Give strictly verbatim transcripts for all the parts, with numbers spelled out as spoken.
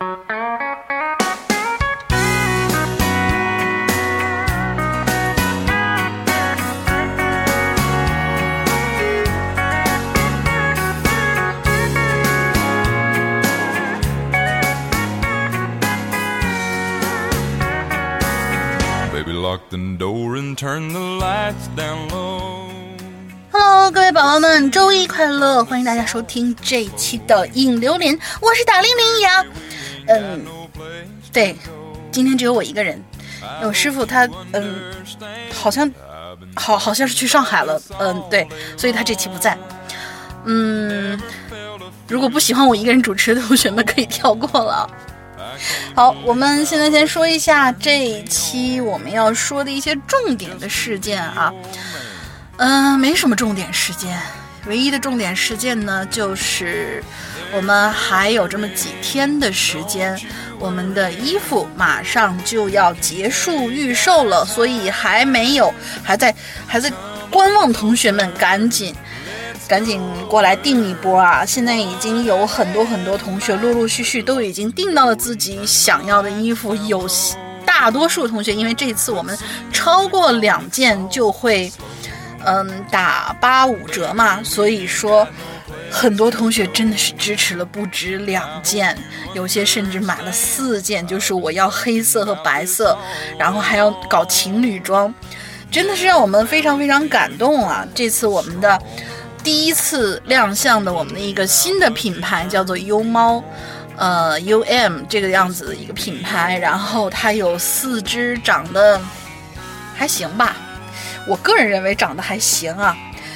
Hello， 各位宝宝们，周一快乐！欢迎大家收听这一期的影榴莲，我是打铃铃呀。嗯，对，今天只有我一个人。我师傅他嗯，好像好好像是去上海了，嗯，对，所以他这期不在。嗯，如果不喜欢我一个人主持的同学们可以跳过了。好，我们现在先说一下这一期我们要说的一些重点的事件啊。嗯、呃，没什么重点事件，唯一的重点事件呢，就是我们还有这么几天的时间，我们的衣服马上就要结束预售了，所以还没有还在还在观望同学们赶紧赶紧过来订一波啊！现在已经有很多很多同学陆陆续续都已经订到了自己想要的衣服，有大多数同学因为这次我们超过两件就会嗯打八五折嘛，所以说很多同学真的是支持了不止两件，有些甚至买了四件，就是我要黑色和白色，然后还要搞情侣装，真的是让我们非常非常感动啊！这次我们的第一次亮相的我们的一个新的品牌叫做优猫，呃 U M 这个样子的一个品牌，然后它有四只长得还行吧，我个人认为长得还行啊。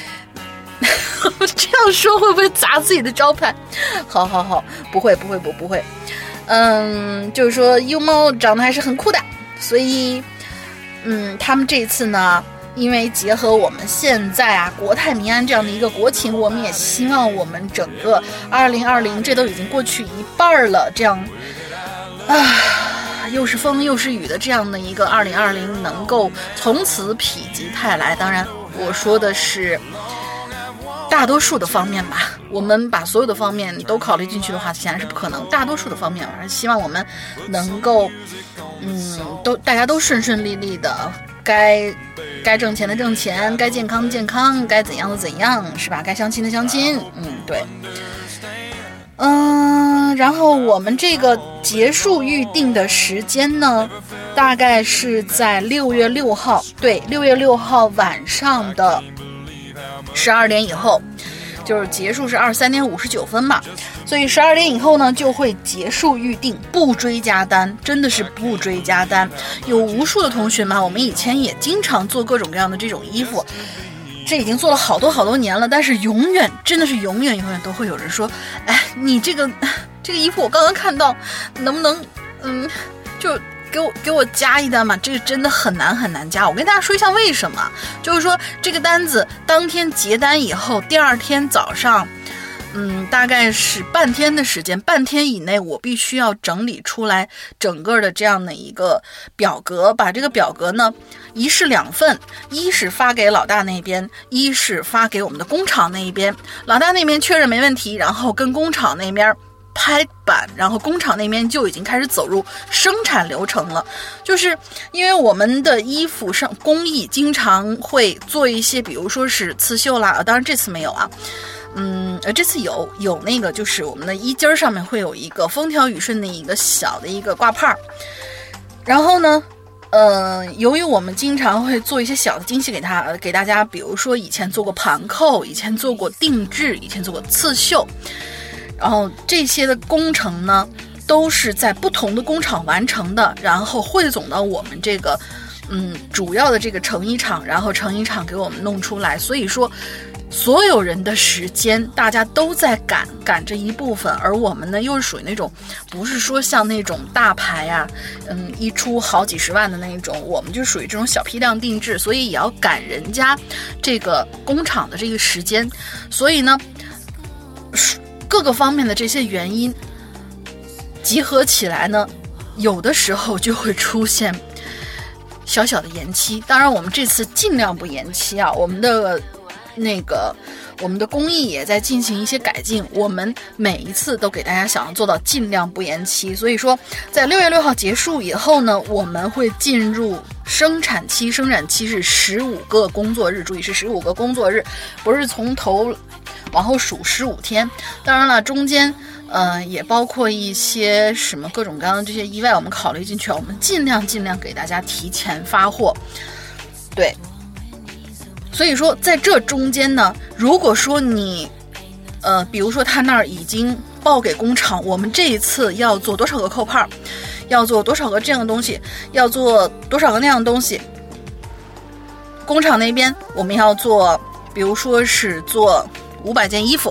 这样说会不会砸自己的招牌？好好好，不会不会不不会。嗯，就是说优猫长得还是很酷的，所以嗯，他们这次呢，因为结合我们现在啊国泰民安这样的一个国情，我们也希望我们整个二零二零这都已经过去一半了，这样啊又是风又是雨的这样的一个二零二零能够从此否极泰来。当然我说的是大多数的方面吧，我们把所有的方面都考虑进去的话显然是不可能，大多数的方面我还是希望我们能够嗯都大家都顺顺利利的，该该挣钱的挣钱，该健康的健康，该怎样的怎样，是吧？该相亲的相亲，嗯，对。嗯，然后我们这个结束预定的时间呢，大概是在六月六号，对，六月六号晚上的十二点以后，就是结束是二十三点五十九分嘛，所以十二点以后呢就会结束预定，不追加单，真的是不追加单。有无数的同学们，我们以前也经常做各种各样的这种衣服，这已经做了好多好多年了，但是永远真的是永远永远都会有人说，哎，你这个这个衣服我刚刚看到，能不能嗯就给我给我加一单嘛？这个真的很难很难加。我跟大家说一下为什么，就是说这个单子当天结单以后，第二天早上嗯，大概是半天的时间，半天以内我必须要整理出来整个的这样的一个表格，把这个表格呢一式两份，一是发给老大那边，一是发给我们的工厂那一边。老大那边确认没问题，然后跟工厂那边拍板，然后工厂那边就已经开始走入生产流程了。就是因为我们的衣服上工艺经常会做一些，比如说是刺绣啦，当然这次没有啊。嗯，呃，这次有有那个，就是我们的衣襟上面会有一个风调雨顺的一个小的一个挂帕，然后呢，呃，由于我们经常会做一些小的惊喜给他给大家，比如说以前做过盘扣，以前做过定制，以前做过刺绣，然后这些的工程呢，都是在不同的工厂完成的，然后汇总到我们这个嗯主要的这个成衣厂，然后成衣厂给我们弄出来，所以说所有人的时间大家都在赶赶这一部分，而我们呢又是属于那种不是说像那种大牌啊，嗯，一出好几十万的那一种，我们就属于这种小批量定制，所以也要赶人家这个工厂的这个时间，所以呢各个方面的这些原因集合起来呢，有的时候就会出现小小的延期。当然我们这次尽量不延期啊，我们的那个我们的工艺也在进行一些改进，我们每一次都给大家想要做到尽量不延期。所以说在六月六号结束以后呢，我们会进入生产期，生产期是十五个工作日，注意是十五个工作日，不是从头往后数十五天。当然了，中间呃也包括一些什么各种各样的这些意外，我们考虑进去，我们尽量尽量给大家提前发货。对，所以说在这中间呢，如果说你呃比如说他那儿已经报给工厂，我们这一次要做多少个扣泡，要做多少个这样的东西，要做多少个那样的东西，工厂那边我们要做，比如说是做五百件衣服，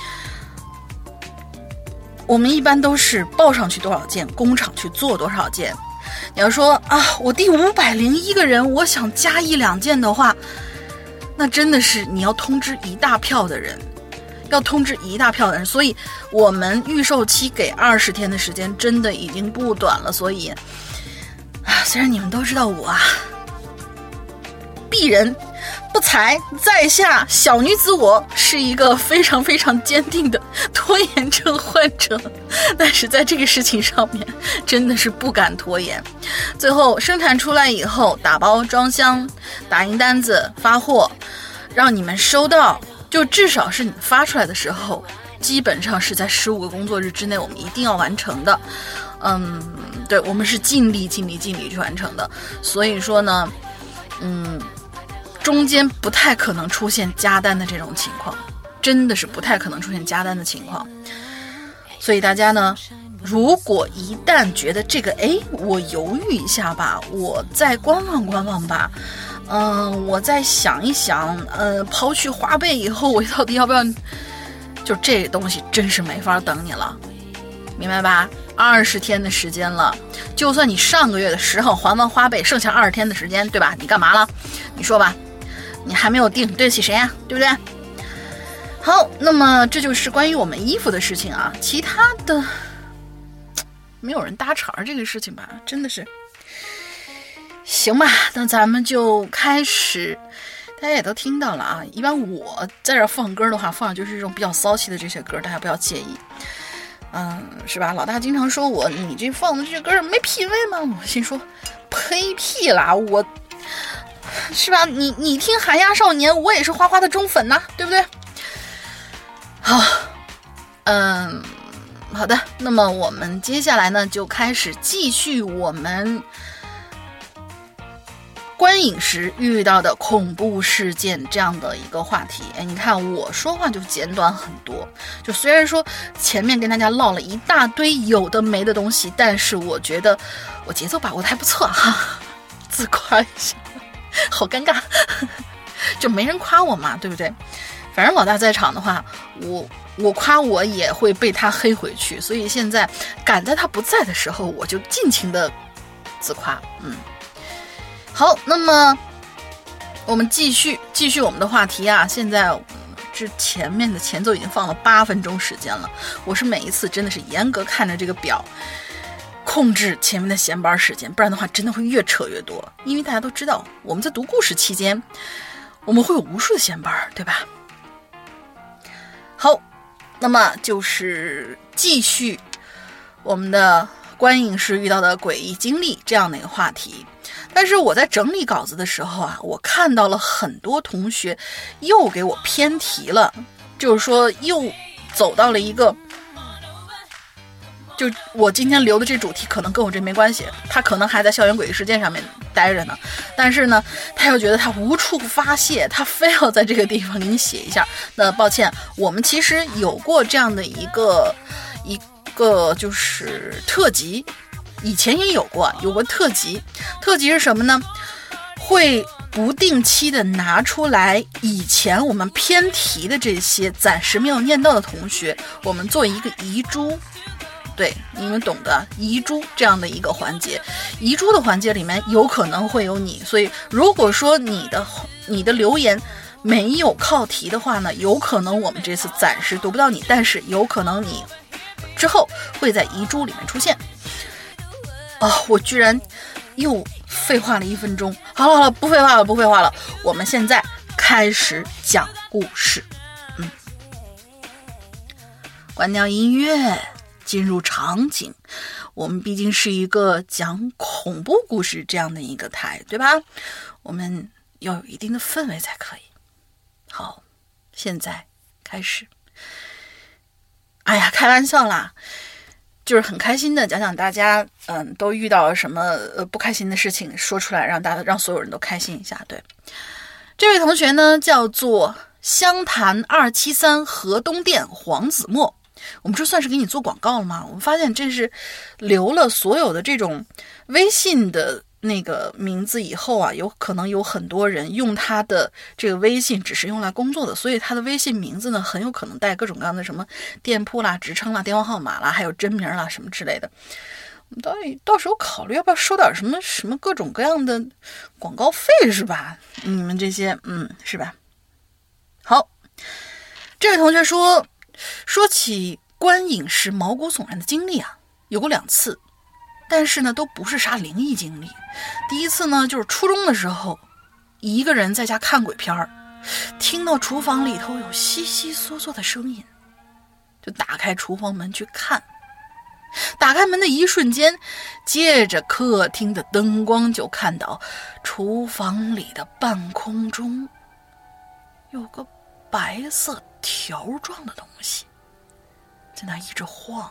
我们一般都是报上去多少件，工厂去做多少件。你要说啊，我第五百零一个人，我想加一两件的话，那真的是你要通知一大票的人，要通知一大票的人。所以我们预售期给二十天的时间，真的已经不短了。所以啊，虽然你们都知道我啊，鄙人不才在下小女子，我是一个非常非常坚定的拖延症患者，但是在这个事情上面真的是不敢拖延。最后生产出来以后，打包装箱，打印单子，发货，让你们收到，就至少是你发出来的时候，基本上是在十五个工作日之内，我们一定要完成的。嗯，对，我们是尽力尽力尽力去完成的。所以说呢，嗯。中间不太可能出现加单的这种情况，真的是不太可能出现加单的情况。所以大家呢，如果一旦觉得这个，哎，我犹豫一下吧，我再观望观望吧，嗯、呃，我再想一想，呃，抛去花呗以后，我到底要不要？就这个东西真是没法等你了，明白吧？二十天的时间了，就算你上个月的十号还完花呗，剩下二十天的时间，对吧？你干嘛了？你说吧。你还没有定，对得起谁呀、啊？对不对？好，那么这就是关于我们衣服的事情啊，其他的没有人搭茬这个事情吧，真的是行吧。那咱们就开始，大家也都听到了啊。一般我在这放歌的话，放的就是这种比较骚气的这些歌，大家不要介意。嗯，是吧？老大经常说我，你这放的这歌没品位吗？我心说，呸屁啦，我。是吧？你你听寒鸦少年，我也是花花的忠粉呐、啊，对不对？好，嗯，好的。那么我们接下来呢，就开始继续我们观影时遇到的恐怖事件这样的一个话题。哎，你看我说话就简短很多，就虽然说前面跟大家唠了一大堆有的没的东西，但是我觉得我节奏把握的还不错哈，自夸一下。好尴尬，就没人夸我嘛，对不对？反正老大在场的话，我我夸我也会被他黑回去，所以现在赶在他不在的时候，我就尽情的自夸。嗯，好，那么我们继续继续我们的话题啊。现在之前面的前奏已经放了八分钟时间了，我是每一次真的是严格看着这个表。控制前面的闲班时间，不然的话真的会越扯越多。因为大家都知道，我们在读故事期间，我们会有无数的闲班，对吧？好，那么就是继续我们的观影时遇到的诡异经历这样的一个话题。但是我在整理稿子的时候啊，我看到了很多同学又给我偏题了，就是说又走到了一个。就我今天留的这主题可能跟我这没关系，他可能还在校园诡异事件上面待着呢，但是呢他又觉得他无处发泄，他非要在这个地方给你写一下。那抱歉，我们其实有过这样的一个一个就是特辑，以前也有过有过特辑。特辑是什么呢？会不定期的拿出来以前我们偏题的这些暂时没有念到的同学，我们做一个遗珠。对，你们懂的，遗珠这样的一个环节，遗珠的环节里面有可能会有你，所以如果说你的你的留言没有靠题的话呢，有可能我们这次暂时读不到你，但是有可能你之后会在遗珠里面出现。哦，我居然又废话了一分钟。好了好了，不废话了不废话了，我们现在开始讲故事。嗯。 关掉音乐，进入场景。我们毕竟是一个讲恐怖故事这样的一个台，对吧？我们要有一定的氛围才可以。好，现在开始。哎呀，开玩笑啦，就是很开心的讲讲大家嗯都遇到了什么呃不开心的事情，说出来让大家让所有人都开心一下。对，这位同学呢叫做湘潭二七三河东店黄子墨。我们这算是给你做广告了吗？我们发现这是留了所有的这种微信的那个名字以后啊，有可能有很多人用他的这个微信只是用来工作的，所以他的微信名字呢很有可能带各种各样的什么店铺啦、职称啦、电话号码啦，还有真名啦什么之类的。我们到底到时候考虑要不要收点什么什么各种各样的广告费是吧？你们这些嗯是吧？好，这位同学说说起观影时毛骨悚然的经历啊，有过两次，但是呢都不是啥灵异经历。第一次呢就是初中的时候，一个人在家看鬼片儿，听到厨房里头有悉悉嗦嗦的声音，就打开厨房门去看。打开门的一瞬间，借着客厅的灯光就看到厨房里的半空中有个白色条状的东西在那一直晃。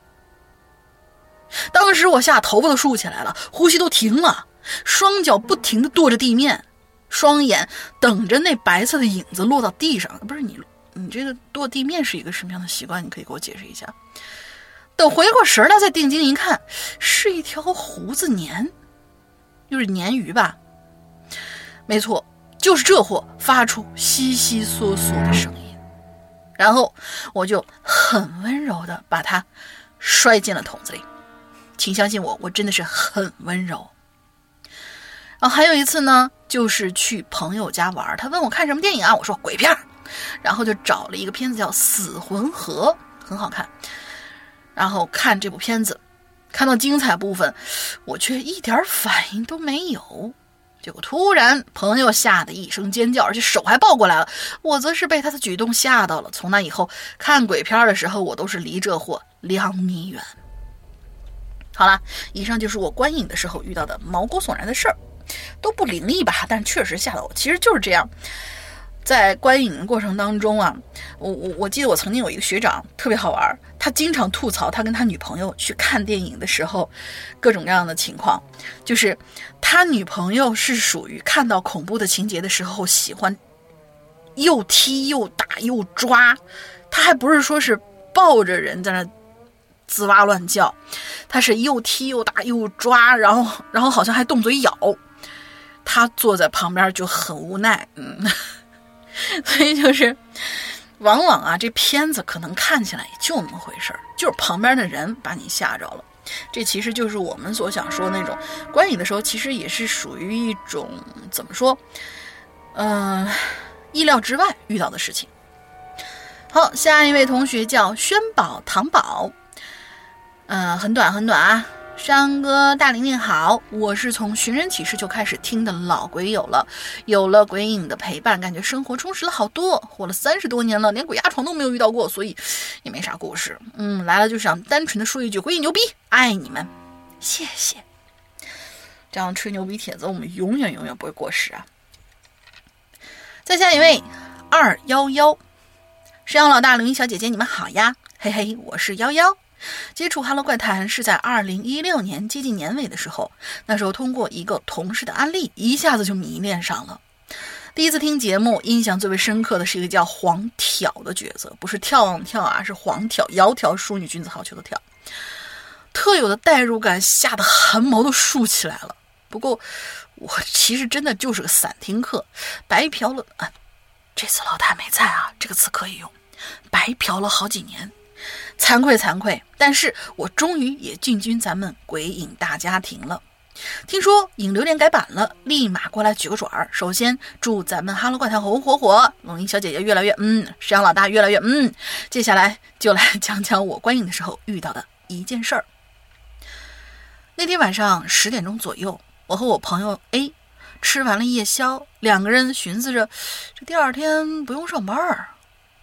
当时我吓头发都竖起来了，呼吸都停了，双脚不停地跺着地面，双眼等着那白色的影子落到地上。不是你你这个跺地面是一个什么样的习惯？你可以给我解释一下。等回过神来再定睛一看，是一条胡子鲶，又是鲶鱼吧？没错，就是这货发出悉悉嗦嗦的声音。然后我就很温柔的把它摔进了桶子里，请相信我，我真的是很温柔。然后还有一次呢，就是去朋友家玩，他问我看什么电影啊，我说鬼片，然后就找了一个片子叫《死魂河》，很好看。然后看这部片子，看到精彩部分，我却一点反应都没有。结果突然朋友吓得一声尖叫，而且手还抱过来了，我则是被他的举动吓到了。从那以后看鬼片的时候，我都是离这货两米远。好了，以上就是我观影的时候遇到的毛骨悚然的事儿，都不灵异吧，但确实吓到我。其实就是这样，在观影的过程当中啊，我我我记得我曾经有一个学长特别好玩，他经常吐槽他跟他女朋友去看电影的时候各种各样的情况，就是他女朋友是属于看到恐怖的情节的时候喜欢又踢又打又抓，他还不是说是抱着人在那滋哇乱叫，他是又踢又打又抓，然后然后好像还动嘴咬，他坐在旁边就很无奈，嗯。所以就是往往啊这片子可能看起来也就那么回事儿，就是旁边的人把你吓着了。这其实就是我们所想说那种观影的时候其实也是属于一种怎么说嗯、呃，意料之外遇到的事情。好，下一位同学叫宣宝糖宝，嗯、呃，很短很短啊。山哥大玲玲好，我是从寻人启事就开始听的老鬼友了，有了鬼影的陪伴，感觉生活充实了好多，活了三十多年了，连鬼压床都没有遇到过，所以也没啥故事。嗯，来了就想单纯的说一句鬼影牛逼，爱你们，谢谢。这样吹牛逼帖子我们永远永远不会过时啊。再下一位二幺幺，沈阳老大玲玲小姐姐你们好呀，嘿嘿，我是幺幺。接触哈喽怪谈是在二零一六年接近年尾的时候，那时候通过一个同事的安利，一下子就迷恋上了。第一次听节目，印象最为深刻的是一个叫黄挑的角色，不是跳跳跳啊，是黄挑，窈窕淑女，君子好逑的挑，特有的代入感吓得汗毛都竖起来了。不过我其实真的就是个散听客，白嫖了啊，这次老大没在啊，这个词可以用，白嫖了好几年。惭愧惭愧，但是我终于也进军咱们鬼影大家庭了。听说影流年改版了，立马过来举个爪儿。首先祝咱们哈喽怪谈红火火，龙吟小姐姐越来越嗯，石阳老大越来越嗯。接下来就来讲讲我观影的时候遇到的一件事儿。那天晚上十点钟左右，我和我朋友 A 吃完了夜宵，两个人寻思着这第二天不用上班儿，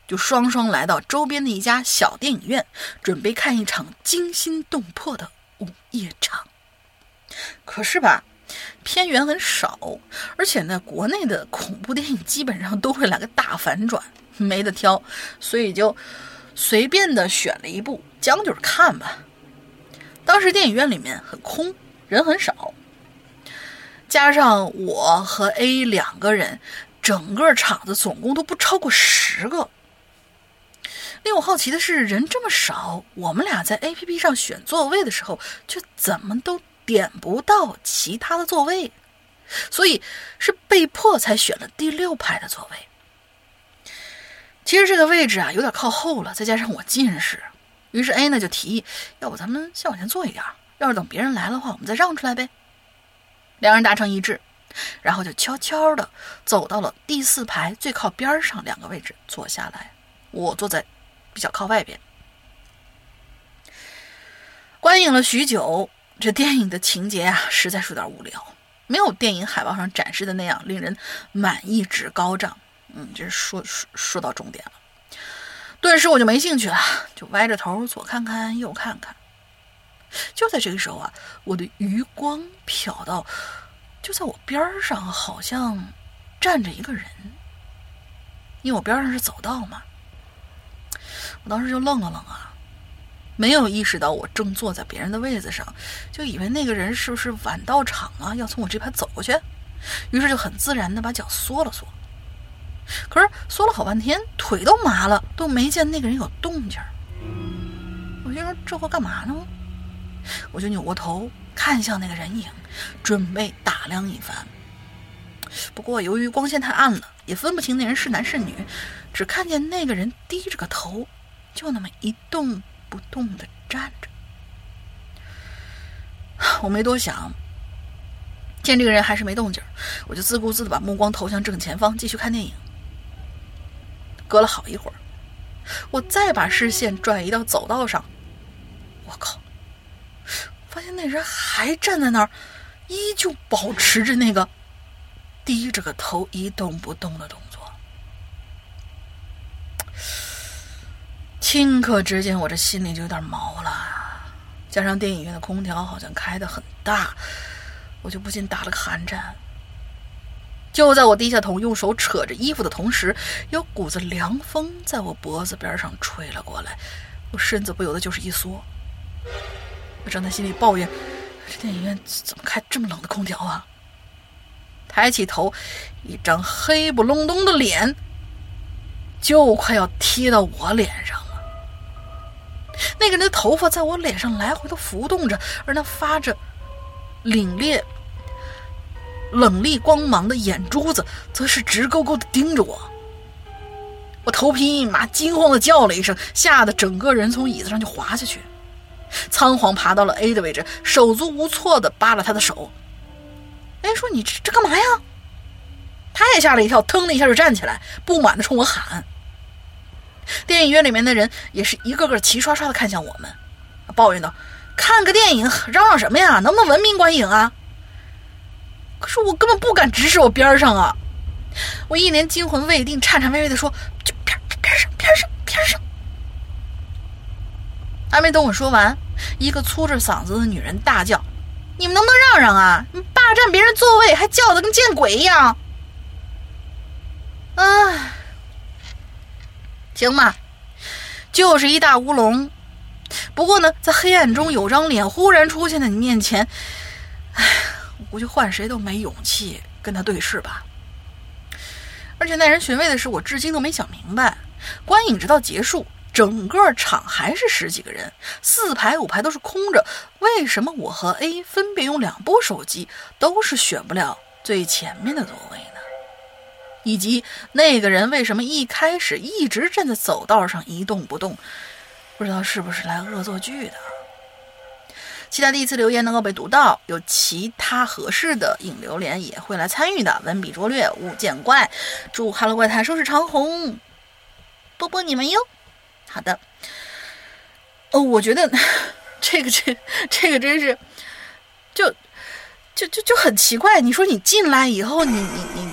就双双来到周边的一家小电影院，准备看一场惊心动魄的午夜场。可是吧，片源很少，而且呢，国内的恐怖电影基本上都会来个大反转，没得挑，所以就随便的选了一部，将就是看吧。当时电影院里面很空，人很少，加上我和 A 两个人，整个场子总共都不超过十个。令我好奇的是，人这么少，我们俩在 A P P 上选座位的时候，却怎么都点不到其他的座位，所以是被迫才选了第六排的座位。其实这个位置啊有点靠后了，再加上我近视，于是 A 呢就提议，要不咱们先往前坐一点，要是等别人来的话，我们再让出来呗。两人达成一致，然后就悄悄的走到了第四排最靠边上两个位置坐下来，我坐在比较靠外边。观影了许久，这电影的情节啊实在是有点无聊，没有电影海报上展示的那样令人满意值高涨。嗯，这是说说说到重点了。顿时我就没兴趣了，就歪着头左看看右看看。就在这个时候啊，我的余光瞟到，就在我边上好像站着一个人，因为我边上是走道嘛。我当时就愣了愣啊，没有意识到我正坐在别人的位子上，就以为那个人是不是晚到场啊，要从我这排走过去，于是就很自然的把脚缩了缩。可是缩了好半天，腿都麻了，都没见那个人有动静。我就说这会干嘛呢？我就扭过头看向那个人影，准备打量一番。不过由于光线太暗了，也分不清那人是男是女，只看见那个人低着个头，就那么一动不动地站着。我没多想，见这个人还是没动静，我就自顾自地把目光投向正前方，继续看电影。隔了好一会儿，我再把视线转移到走道上，我靠，发现那人还站在那儿，依旧保持着那个低着个头一动不动的动作。顷刻之间我这心里就有点毛了，加上电影院的空调好像开得很大，我就不禁打了个寒战。就在我低下头用手扯着衣服的同时，有股子凉风在我脖子边上吹了过来，我身子不由得就是一缩。我正在心里抱怨，这电影院怎么开这么冷的空调啊？抬起头，一张黑不隆咚的脸就快要贴到我脸上了。那个人的头发在我脸上来回的浮动着，而那发着凛冽冷厉光芒的眼珠子则是直勾勾的盯着我。我头皮一麻，惊慌的叫了一声，吓得整个人从椅子上就滑下去，仓皇爬到了 A 的位置，手足无措的扒了他的手。A 说你这这干嘛呀？他也吓了一跳，腾的一下就站起来，不满的冲我喊。电影院里面的人也是一个个齐刷刷的看向我们，抱怨道，看个电影嚷嚷什么呀，能不能文明观影啊？可是我根本不敢直视我边上啊！我一连惊魂未定，颤颤巍巍地说：“就边边上，边上，边上。”还没等我说完，一个粗着嗓子的女人大叫：“你们能不能让让啊？你霸占别人座位，还叫得跟见鬼一样！”唉，行吧，就是一大乌龙。不过呢，在黑暗中有张脸忽然出现在你面前，唉。我估计换谁都没勇气跟他对视吧。而且耐人寻味的是，我至今都没想明白，观影直到结束，整个场还是十几个人，四排五排都是空着，为什么我和 A 分别用两部手机都是选不了最前面的座位呢？以及那个人为什么一开始一直站在走道上一动不动，不知道是不是来恶作剧的。期待第一次留言能够被读到，有其他合适的引流连也会来参与的，文笔拙劣勿见怪。祝哈喽怪谈收视长虹，波波你们哟。好的，哦，我觉得这个这这个真是就就就就很奇怪。你说你进来以后，你你你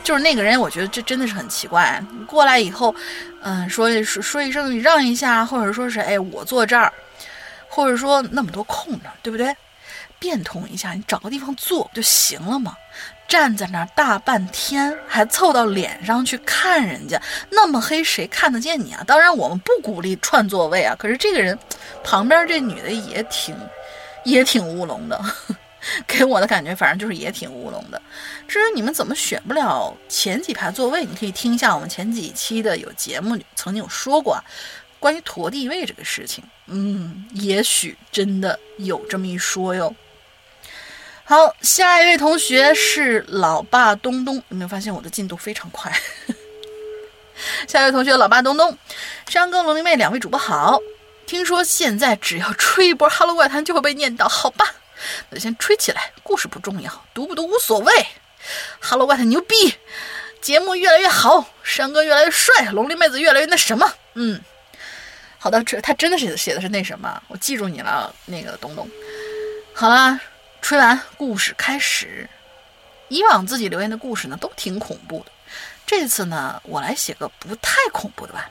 就是那个人，我觉得这真的是很奇怪。过来以后，嗯，说说说一声你让一下，或者说是哎我坐这儿，或者说那么多空着，对不对？变通一下，你找个地方坐不就行了吗？站在那儿大半天，还凑到脸上去看人家，那么黑谁看得见你啊？当然我们不鼓励串座位啊，可是这个人旁边这女的也挺也挺乌龙的，给我的感觉反正就是也挺乌龙的。至于你们怎么选不了前几排座位，你可以听一下我们前几期的有节目曾经有说过关于陀地位这个事情。嗯，也许真的有这么一说哟。好，下一位同学是老爸东东，有没有发现我的进度非常快？下一位同学老爸东东，山哥、龙灵妹两位主播好，听说现在只要吹一波哈喽怪谈就会被念叨，好吧，那就先吹起来，故事不重要，读不读无所谓。哈喽怪谈牛逼，节目越来越好，山哥越来越帅，龙灵妹子越来越那什么。嗯，好的，这他真的是写的是那什么，我记住你了，那个东东。好啦，吹完故事开始。以往自己留言的故事呢都挺恐怖的，这次呢我来写个不太恐怖的吧。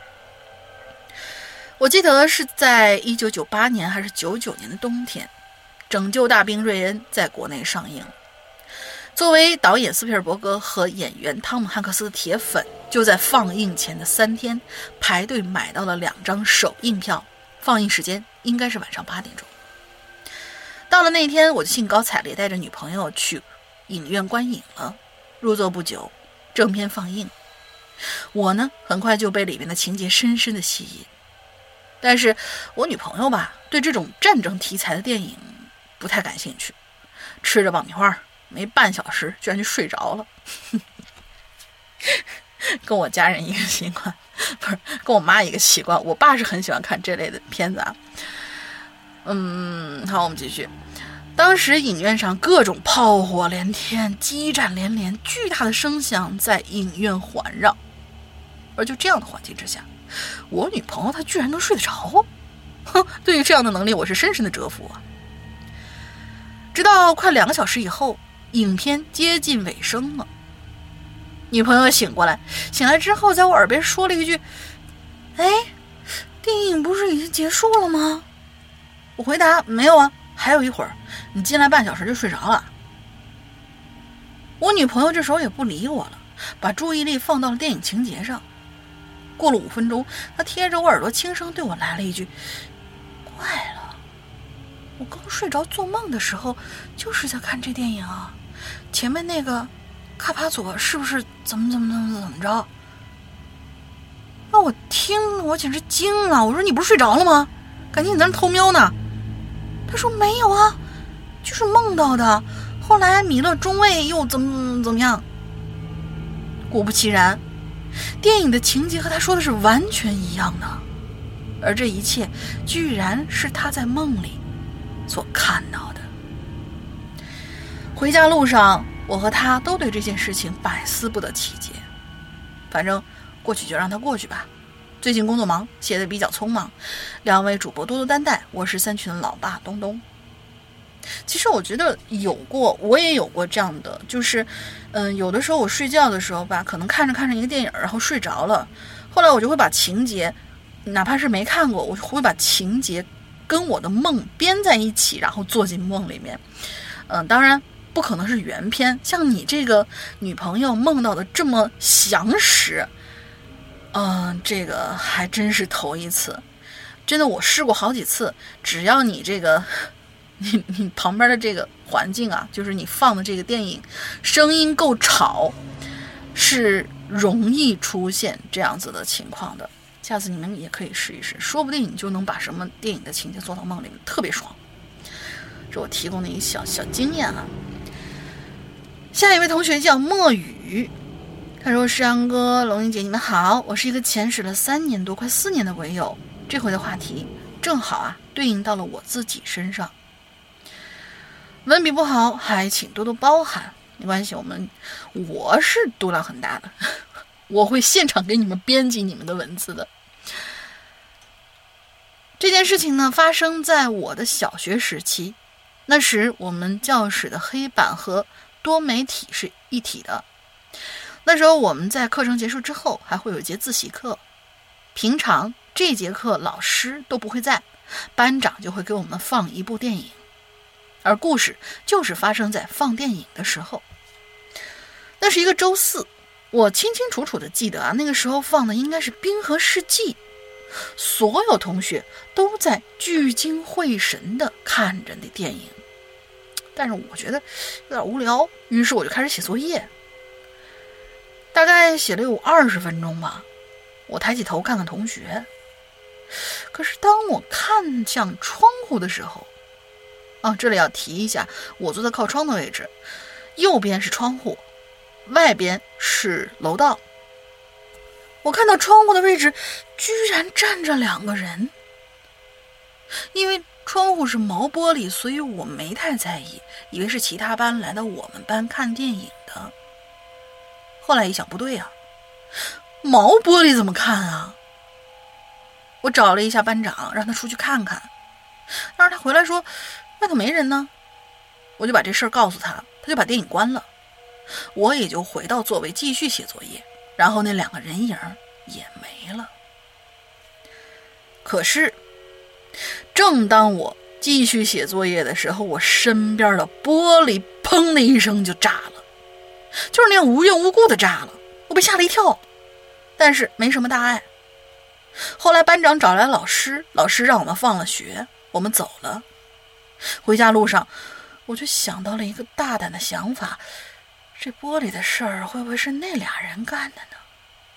我记得是在一九九八年还是九九年的冬天，拯救大兵瑞恩在国内上映。作为导演斯皮尔伯格和演员汤姆汉克斯的铁粉，就在放映前的三天排队买到了两张首映票，放映时间应该是晚上八点钟。到了那天，我就兴高采烈带着女朋友去影院观影了。入座不久，正片放映，我呢很快就被里面的情节深深的吸引。但是我女朋友吧，对这种战争题材的电影不太感兴趣，吃着爆米花没半小时居然就睡着了。跟我家人一个习惯，不是跟我妈一个习惯。我爸是很喜欢看这类的片子啊。嗯，好，我们继续。当时影院上各种炮火连天，激战连连，巨大的声响在影院环绕。而就这样的环境之下，我女朋友她居然能睡得着。哼，对于这样的能力，我是深深的折服啊。直到快两个小时以后，影片接近尾声了，女朋友醒过来，醒来之后在我耳边说了一句：哎，电影不是已经结束了吗？我回答：没有啊，还有一会儿，你进来半小时就睡着了。我女朋友这时候也不理我了，把注意力放到了电影情节上。过了五分钟，她贴着我耳朵轻声对我来了一句：怪了，我刚睡着做梦的时候就是在看这电影啊，前面那个卡帕佐是不是怎么怎么怎么怎么着？那我听我简直惊了，我说你不是睡着了吗？感情你在那偷瞄呢。他说没有啊，就是梦到的，后来米勒中尉又怎么怎么样。果不其然，电影的情节和他说的是完全一样的，而这一切居然是他在梦里所看到的。回家路上，我和他都对这件事情百思不得其解。反正过去就让他过去吧，最近工作忙，写的比较匆忙，两位主播多多担待。我是三群的老爸东东。其实我觉得有过，我也有过这样的，就是嗯、呃，有的时候我睡觉的时候吧，可能看着看着一个电影然后睡着了，后来我就会把情节，哪怕是没看过，我会把情节跟我的梦编在一起，然后做进梦里面。嗯、呃，当然不可能是原片，像你这个女朋友梦到的这么详实，嗯、呃，这个还真是头一次。真的，我试过好几次，只要你这个你你旁边的这个环境啊，就是你放的这个电影声音够吵，是容易出现这样子的情况的。下次你们也可以试一试，说不定你就能把什么电影的情节做到梦里面，特别爽。这我提供的一个小小经验啊。下一位同学叫墨雨，他说：诗阳哥、龙英姐，你们好，我是一个潜水了三年多快四年的鬼友，这回的话题正好啊对应到了我自己身上。文笔不好还请多多包涵，没关系，我们我是度量很大的，我会现场给你们编辑你们的文字的。这件事情呢发生在我的小学时期，那时我们教室的黑板和多媒体是一体的， 那时候我们在课程结束之后还会有一节自习课，平常这节课老师都不会在，班长就会给我们放一部电影，而故事就是发生在放电影的时候。那是一个周四，我清清楚楚的记得啊，那个时候放的应该是《冰河世纪》，所有同学都在聚精会神的看着那电影，但是我觉得有点无聊，于是我就开始写作业。大概写了有二十分钟吧，我抬起头看看同学，可是当我看向窗户的时候，啊，这里要提一下，我坐在靠窗的位置，右边是窗户，外边是楼道。我看到窗户的位置居然站着两个人，因为窗户是毛玻璃，所以我没太在意，以为是其他班来到我们班看电影的。后来一想，不对啊，毛玻璃怎么看啊？我找了一下班长，让他出去看看，但是他回来说外头没人呢。我就把这事儿告诉他，他就把电影关了，我也就回到座位继续写作业，然后那两个人影也没了。可是正当我继续写作业的时候，我身边的玻璃砰的一声就炸了，就是那样无缘无故的炸了，我被吓了一跳，但是没什么大碍。后来班长找来老师，老师让我们放了学，我们走了。回家路上我就想到了一个大胆的想法，这玻璃的事儿会不会是那俩人干的呢？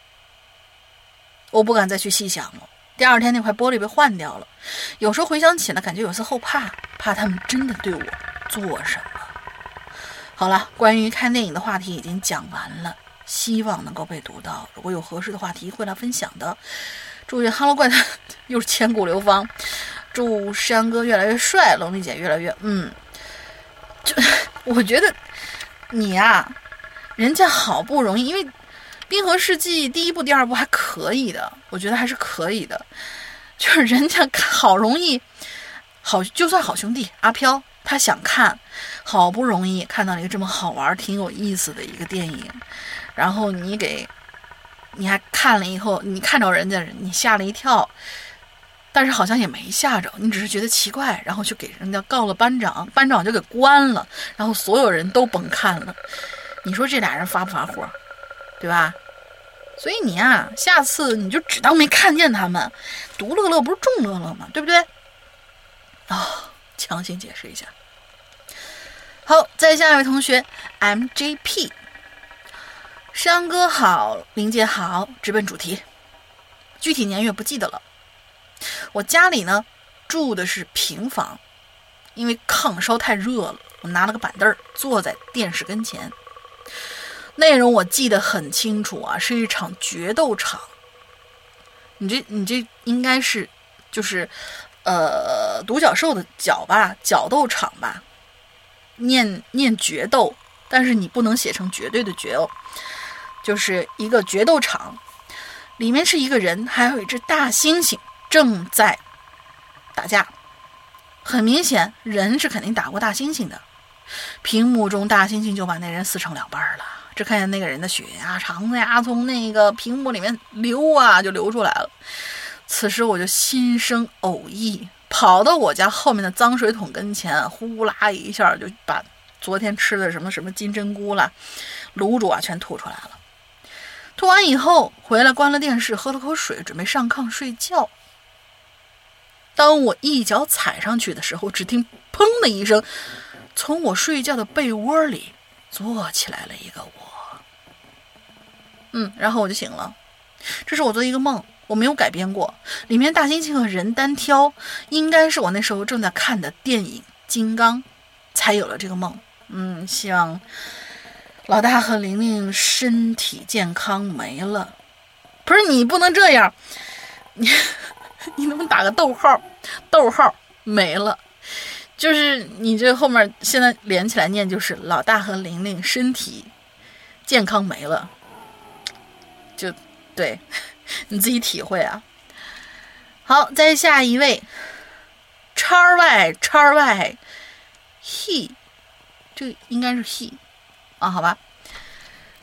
我不敢再去细想了。第二天那块玻璃被换掉了，有时候回想起来感觉有丝后怕，怕他们真的对我做什么。好了，关于看电影的话题已经讲完了，希望能够被读到。如果有合适的话题会来分享的。祝愿哈喽怪谈又是千古流芳，祝山哥越来越帅，龙丽姐越来越嗯，就我觉得你啊，人家好不容易，因为《冰河世纪》第一部、第二部还可以的，我觉得还是可以的，就是人家好容易好，就算好兄弟阿飘他想看，好不容易看到了一个这么好玩、挺有意思的一个电影，然后你给。你还看了以后，你看着人家，你吓了一跳，但是好像也没吓着，你只是觉得奇怪，然后就给人家告了班长，班长就给关了，然后所有人都甭看了。你说这俩人发不发火，对吧？所以你啊，下次你就只当没看见他们，独乐乐不是众乐乐吗？对不对？啊、哦，强行解释一下。好，再下一位同学 M J P。山哥好，林姐好，直奔主题。具体年月不记得了。我家里呢住的是平房，因为炕烧太热了，我拿了个板凳坐在电视跟前。内容我记得很清楚啊，是一场决斗场。你这你这应该是就是呃独角兽的角吧，角斗场吧，念念决斗，但是你不能写成绝对的绝哦。就是一个决斗场，里面是一个人，还有一只大猩猩正在打架。很明显，人是肯定打过大猩猩的。屏幕中，大猩猩就把那人撕成两半了。只看见那个人的血呀、肠子呀，从那个屏幕里面流啊，就流出来了。此时我就心生偶意，跑到我家后面的脏水桶跟前，呼啦一下就把昨天吃的什么什么金针菇啦、卤煮啊全吐出来了。吐完以后回来关了电视，喝了口水，准备上炕睡觉。当我一脚踩上去的时候，只听砰的一声，从我睡觉的被窝里坐起来了一个我。嗯，然后我就醒了。这是我做的一个梦，我没有改编过，里面大猩猩和人单挑，应该是我那时候正在看的电影《金刚》才有了这个梦。嗯，希望老大和玲玲身体健康。没了，不是你不能这样，你你能不能打个逗号？逗号没了，就是你这后面现在连起来念，就是老大和玲玲身体健康没了，就对，你自己体会啊。好，再下一位，叉 Y 叉 Y he， 这应该是 he。啊，好吧，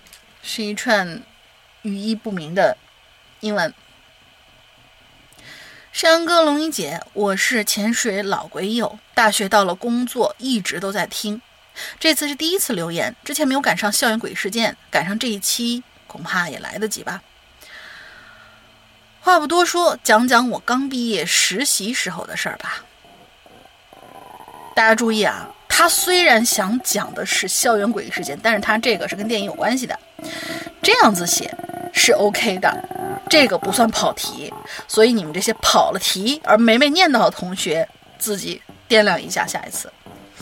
是一串语义不明的英文。山哥龙一姐，我是潜水老鬼友，大学到了工作一直都在听，这次是第一次留言，之前没有赶上校园鬼事件，赶上这一期恐怕也来得及吧。话不多说，讲讲我刚毕业实习时候的事儿吧。大家注意啊，他虽然想讲的是校园诡异事件，但是他这个是跟电影有关系的，这样子写是 OK 的，这个不算跑题，所以你们这些跑了题而没被念到的同学，自己掂量一下下一次。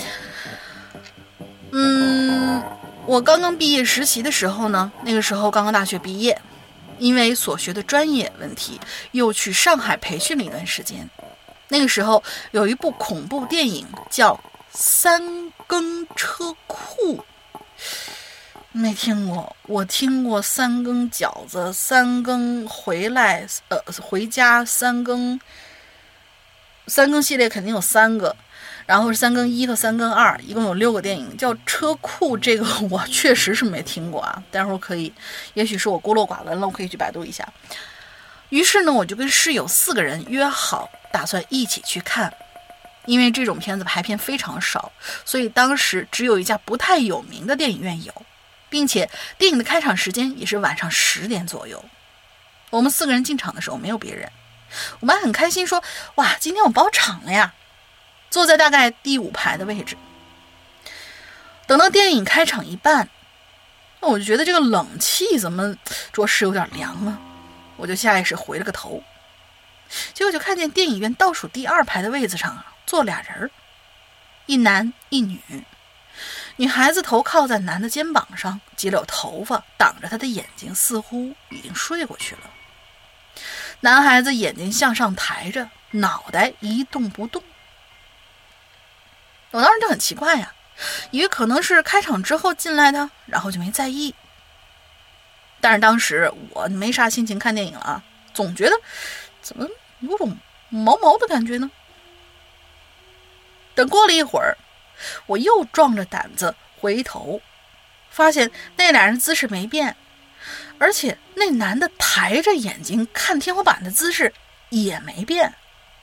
嗯，我刚刚毕业实习的时候呢，那个时候刚刚大学毕业，因为所学的专业问题，又去上海培训了一段时间。那个时候有一部恐怖电影叫《三更车库》，没听过。我听过三更饺子，三更回来，呃，回家，三更，三更系列肯定有三个，然后是三更一和三更二，一共有六个电影。叫车库，这个我确实是没听过啊，待会儿可以，也许是我孤陋寡闻了，我可以去百度一下。于是呢，我就跟室友四个人约好，打算一起去看。因为这种片子排片非常少，所以当时只有一家不太有名的电影院有，并且电影的开场时间也是晚上十点左右。我们四个人进场的时候没有别人，我们还很开心说，哇，今天我包场了呀，坐在大概第五排的位置。等到电影开场一半，那我就觉得这个冷气怎么着实有点凉啊，我就下意识回了个头，结果就看见电影院倒数第二排的位子上坐俩人，一男一女。女孩子头靠在男的肩膀上，几绺头发挡着他的眼睛，似乎已经睡过去了。男孩子眼睛向上抬着，脑袋一动不动。我当时就很奇怪呀，以为可能是开场之后进来的，然后就没在意。但是当时我没啥心情看电影了，总觉得怎么有种毛毛的感觉呢？等过了一会儿，我又壮着胆子回头，发现那俩人姿势没变，而且那男的抬着眼睛看天花板的姿势也没变。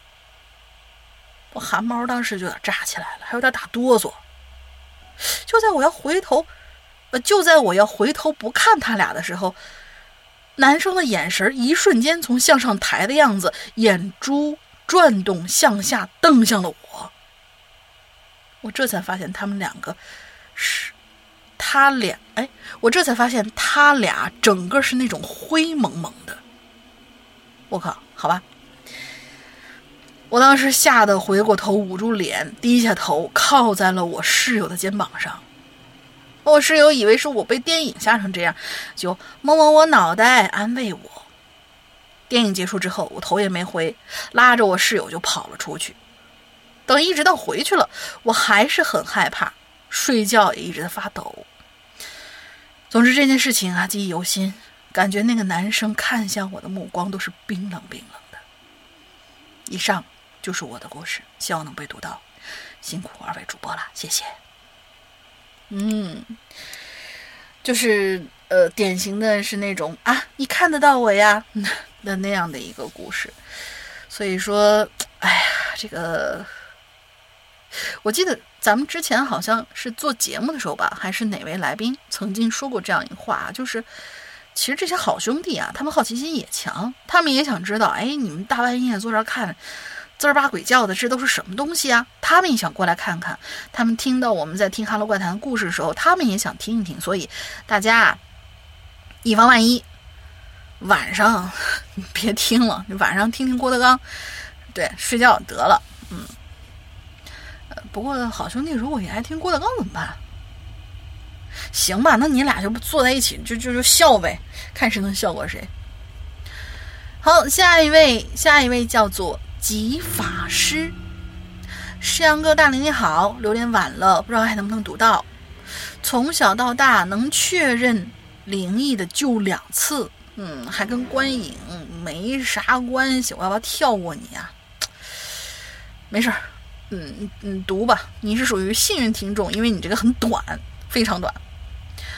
我汗毛当时就有点炸起来了，还有点打哆嗦。就在我要回头呃，就在我要回头不看他俩的时候，男生的眼神一瞬间从向上抬的样子，眼珠转动向下瞪向了我。我这才发现他们两个是他俩哎，我这才发现他俩整个是那种灰蒙蒙的。我靠，好吧。我当时吓得回过头，捂住脸，低下头靠在了我室友的肩膀上。我室友以为是我被电影吓成这样，就摸摸我脑袋安慰我。电影结束之后，我头也没回，拉着我室友就跑了出去。等一直到回去了，我还是很害怕，睡觉也一直在发抖。总之这件事情啊，记忆犹新，感觉那个男生看向我的目光都是冰冷冰冷的。以上就是我的故事，希望能被读到，辛苦二位主播了，谢谢。嗯，就是呃，典型的是那种啊，你看得到我呀的那样的一个故事。所以说，哎呀，这个我记得咱们之前好像是做节目的时候吧，还是哪位来宾曾经说过这样一话，就是其实这些好兄弟啊，他们好奇心也强，他们也想知道，哎，你们大半夜坐这看滋儿吧鬼叫的，这都是什么东西啊？他们也想过来看看。他们听到我们在听《哈喽怪谈》故事的时候，他们也想听一听。所以大家以防万一，晚上别听了，晚上听听郭德纲，对，睡觉得了。嗯，呃，不过好兄弟如果也爱听郭德纲怎么办？行吧，那你俩就坐在一起，就就就笑呗，看谁能笑过谁。好，下一位，下一位叫做吉法师。诗阳哥大林你好，留言晚了，不知道还能不能读到。从小到大能确认灵异的就两次，嗯，还跟观影没啥关系，我要不要跳过你啊？没事儿，嗯嗯，读吧，你是属于幸运听众，因为你这个很短，非常短。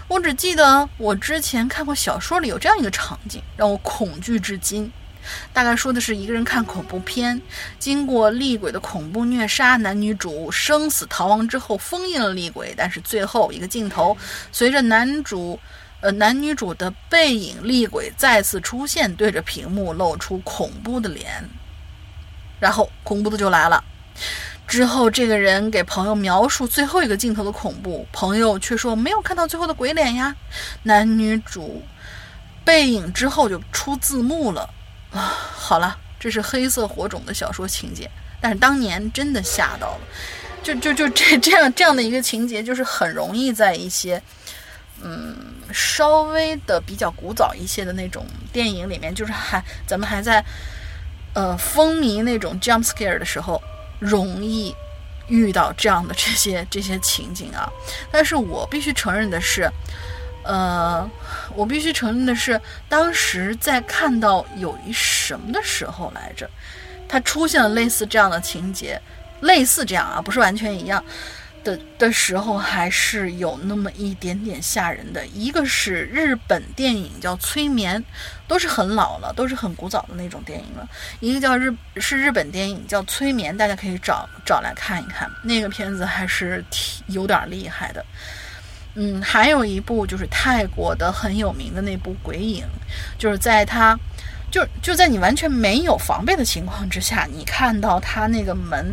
我只记得我之前看过小说里有这样一个场景，让我恐惧至今。大概说的是一个人看恐怖片，经过厉鬼的恐怖虐杀，男女主生死逃亡之后封印了厉鬼，但是最后一个镜头，随着男主呃男女主的背影，厉鬼再次出现，对着屏幕露出恐怖的脸，然后恐怖的就来了。之后这个人给朋友描述最后一个镜头的恐怖，朋友却说没有看到最后的鬼脸呀。男女主背影之后就出字幕了啊！好了，这是黑色火种的小说情节，但是当年真的吓到了，就就就这这样这样的一个情节，就是很容易在一些嗯稍微的比较古早一些的那种电影里面，就是还咱们还在呃风靡那种 jump scare 的时候，容易遇到这样的这些这些情景啊。但是我必须承认的是。呃，我必须承认的是，当时在看到有一什么的时候来着，它出现了类似这样的情节，类似这样啊，不是完全一样的的时候，还是有那么一点点吓人的。一个是日本电影叫《催眠》，都是很老了，都是很古早的那种电影了。一个叫日是日本电影叫《催眠》，大家可以找找来看一看，那个片子还是挺有点厉害的。嗯，还有一部就是泰国的很有名的那部《鬼影》，就是在它就就在你完全没有防备的情况之下，你看到它那个门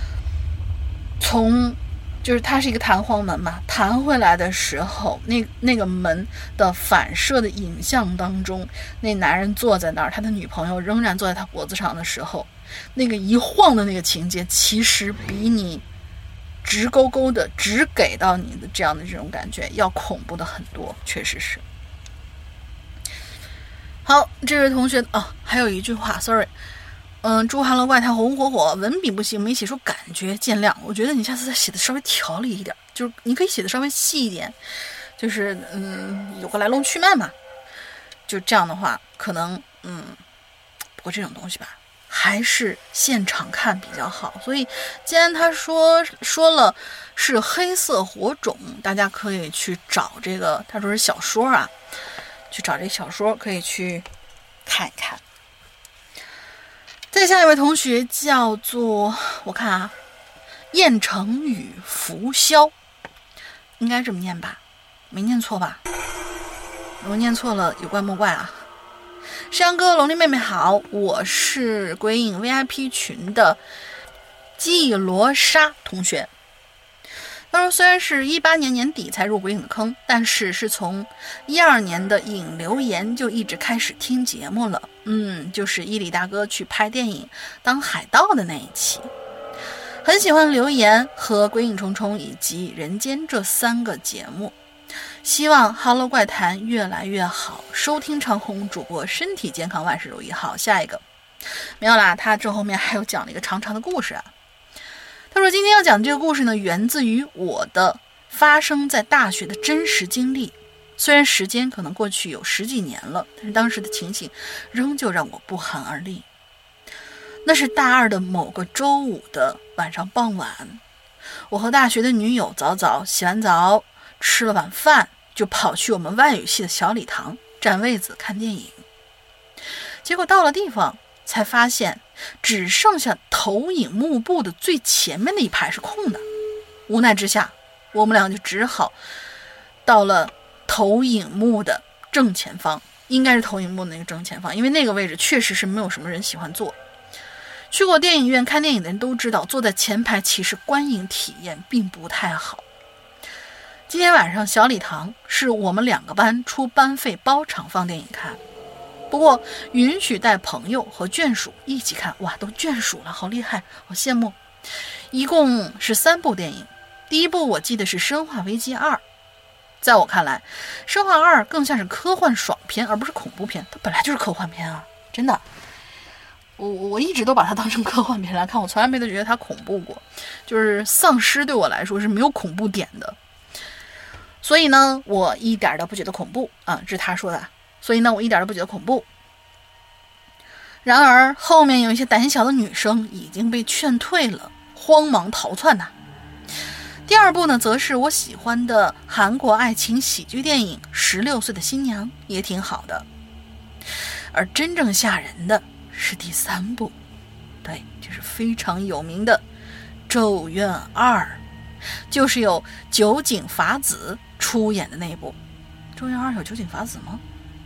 从就是它是一个弹簧门嘛，弹回来的时候，那那个门的反射的影像当中，那男人坐在那儿，他的女朋友仍然坐在他脖子上的时候，那个一晃的那个情节，其实比你直勾勾的只给到你的这样的这种感觉要恐怖的很多，确实是。好，这位同学哦，还有一句话 sorry 嗯，祝Hello怪谈红火火，文笔不行，没写出感觉，见谅。我觉得你下次再写的稍微条理一点，就是你可以写的稍微细一点，就是嗯有个来龙去脉嘛，就这样的话可能嗯不过这种东西吧还是现场看比较好。所以既然他说说了是黑色火种，大家可以去找这个，他说是小说啊，去找这个小说可以去看一看。再下一位同学叫做我看啊，燕城与浮霄，应该这么念吧，没念错吧？如果念错了有怪莫怪啊。山羊哥龙丽妹妹好，我是鬼影 V I P 群的季罗莎同学。他说虽然是一八年年底才入鬼影的坑，但是是从一二年的影留言就一直开始听节目了。嗯，就是伊里大哥去拍电影当海盗的那一期，很喜欢留言和鬼影重重以及人间这三个节目。希望 Hello 怪谈越来越好，收听长虹主播身体健康，万事如意。好，下一个没有啦，他这后面还有讲了一个长长的故事啊。他说今天要讲这个故事呢，源自于我的发生在大学的真实经历，虽然时间可能过去有十几年了，但是当时的情形仍旧让我不寒而栗。那是大二的某个周五的晚上傍晚，我和大学的女友早早洗完澡，吃了晚饭，就跑去我们外语系的小礼堂占位子看电影。结果到了地方才发现只剩下投影幕布的最前面的一排是空的，无奈之下我们俩就只好到了投影幕的正前方，应该是投影幕的那个正前方，因为那个位置确实是没有什么人喜欢坐。去过电影院看电影的人都知道，坐在前排其实观影体验并不太好。今天晚上小礼堂是我们两个班出班费包场放电影看，不过允许带朋友和眷属一起看。哇，都眷属了，好厉害，好羡慕。一共是三部电影，第一部我记得是《生化危机二》，在我看来《生化二》更像是科幻爽片而不是恐怖片，它本来就是科幻片啊，真的。我我一直都把它当成科幻片来看，我从来没觉得它恐怖过，就是丧尸对我来说是没有恐怖点的，所以呢我一点都不觉得恐怖啊，这是他说的，所以呢我一点都不觉得恐怖。然而后面有一些胆小的女生已经被劝退了，慌忙逃窜呐、啊。 第二部呢，则是我喜欢的韩国爱情喜剧电影《十六岁的新娘》，也挺好的。而真正吓人的是第三部，对，就是非常有名的《咒怨二》，就是有酒井法子出演的那一部。《咒怨二》有酒井法子吗？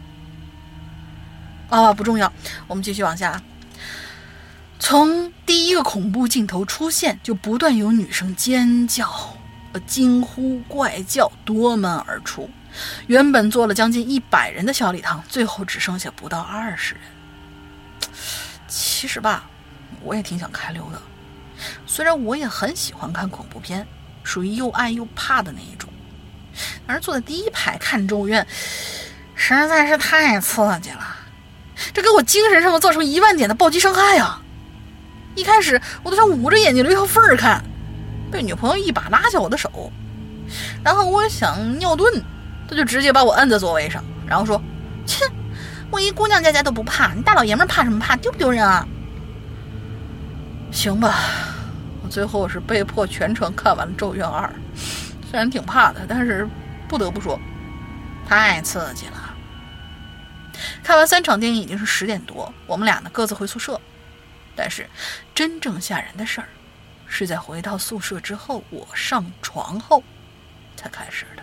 啊，不重要，我们继续往下。从第一个恐怖镜头出现，就不断有女生尖叫、惊呼、怪叫夺门而出。原本坐了将近一百人的小礼堂，最后只剩下不到二十人。其实吧，我也挺想开溜的。虽然我也很喜欢看恐怖片，属于又爱又怕的那一种，但是坐在第一排看咒怨，实在是太刺激了。这给我精神上造成一万点的暴击伤害啊！一开始我都想捂着眼睛留条缝儿看，被女朋友一把拉下我的手，然后我想尿遁，他就直接把我摁在座位上，然后说：“切，我一姑娘家家都不怕，你大老爷们怕什么怕？丢不丢人啊？”行吧，我最后是被迫全程看完了《咒怨二》，虽然挺怕的，但是不得不说，太刺激了。看完三场电影已经是十点多，我们俩呢各自回宿舍。但是真正吓人的事儿，是在回到宿舍之后，我上床后才开始的。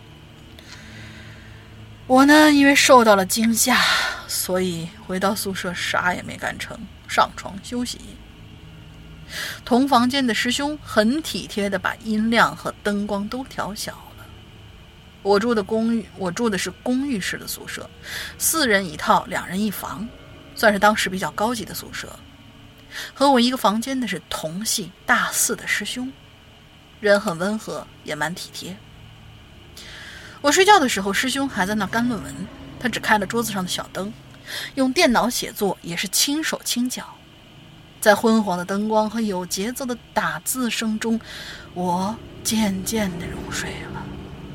我呢，因为受到了惊吓，所以回到宿舍啥也没干成，上床休息。同房间的师兄很体贴的把音量和灯光都调小了。我住的公寓，我住的是公寓式的宿舍，四人一套，两人一房，算是当时比较高级的宿舍。和我一个房间的是同系大四的师兄，人很温和，也蛮体贴。我睡觉的时候，师兄还在那干论文，他只开了桌子上的小灯，用电脑写作也是轻手轻脚。在昏黄的灯光和有节奏的打字声中，我渐渐地入睡了。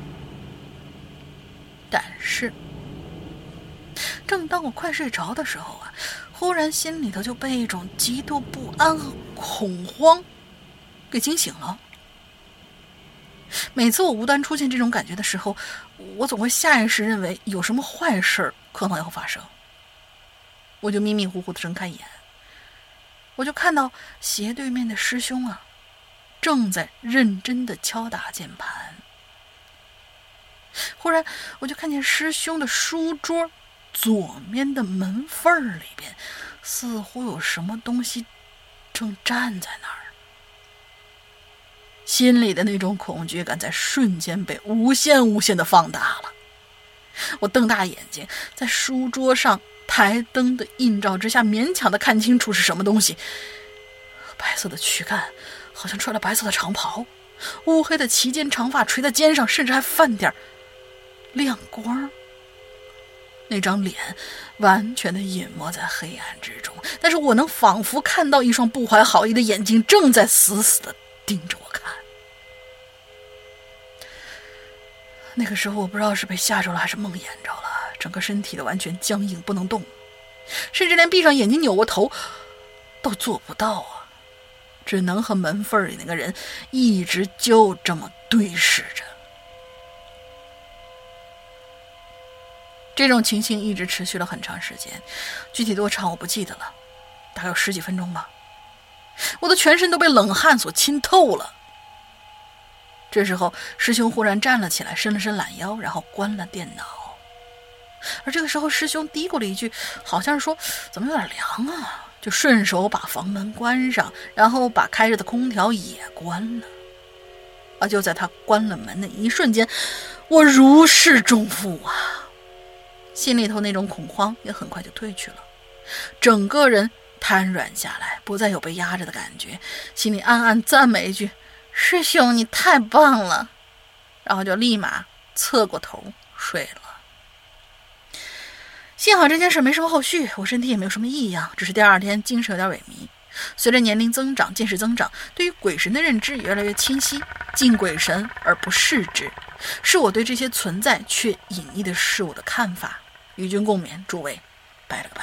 但是正当我快睡着的时候啊，忽然心里头就被一种极度不安和恐慌给惊醒了。每次我无端出现这种感觉的时候，我总会下意识认为有什么坏事可能要发生。我就迷迷糊糊地睁开眼，我就看到斜对面的师兄啊，正在认真地敲打键盘。忽然我就看见师兄的书桌左面的门缝里边，似乎有什么东西正站在那儿。心里的那种恐惧感在瞬间被无限无限的放大了。我瞪大眼睛，在书桌上台灯的映照之下，勉强的看清楚是什么东西。白色的躯干，好像穿了白色的长袍，乌黑的齐肩长发垂在肩上，甚至还泛点亮光。那张脸完全的隐没在黑暗之中，但是我能仿佛看到一双不怀好意的眼睛正在死死的盯着我看。那个时候我不知道是被吓着了还是梦魇着了，整个身体的完全僵硬不能动，甚至连闭上眼睛扭过头都做不到啊，只能和门缝里那个人一直就这么对视着。这种情形一直持续了很长时间，具体多长我不记得了，大概有十几分钟吧。我的全身都被冷汗所浸透了。这时候师兄忽然站了起来，伸了伸懒腰，然后关了电脑。而这个时候师兄嘀咕了一句，好像是说怎么有点凉啊，就顺手把房门关上，然后把开着的空调也关了。而就在他关了门的一瞬间，我如释重负啊，心里头那种恐慌也很快就退去了，整个人瘫软下来，不再有被压着的感觉，心里暗暗赞美一句，师兄你太棒了，然后就立马侧过头睡了。幸好这件事没什么后续，我身体也没有什么异样，只是第二天精神有点萎靡。随着年龄增长，见识增长，对于鬼神的认知也越来越清晰，敬鬼神而不视之，是我对这些存在却隐匿的事物的看法。与君共勉，诸位拜了个拜。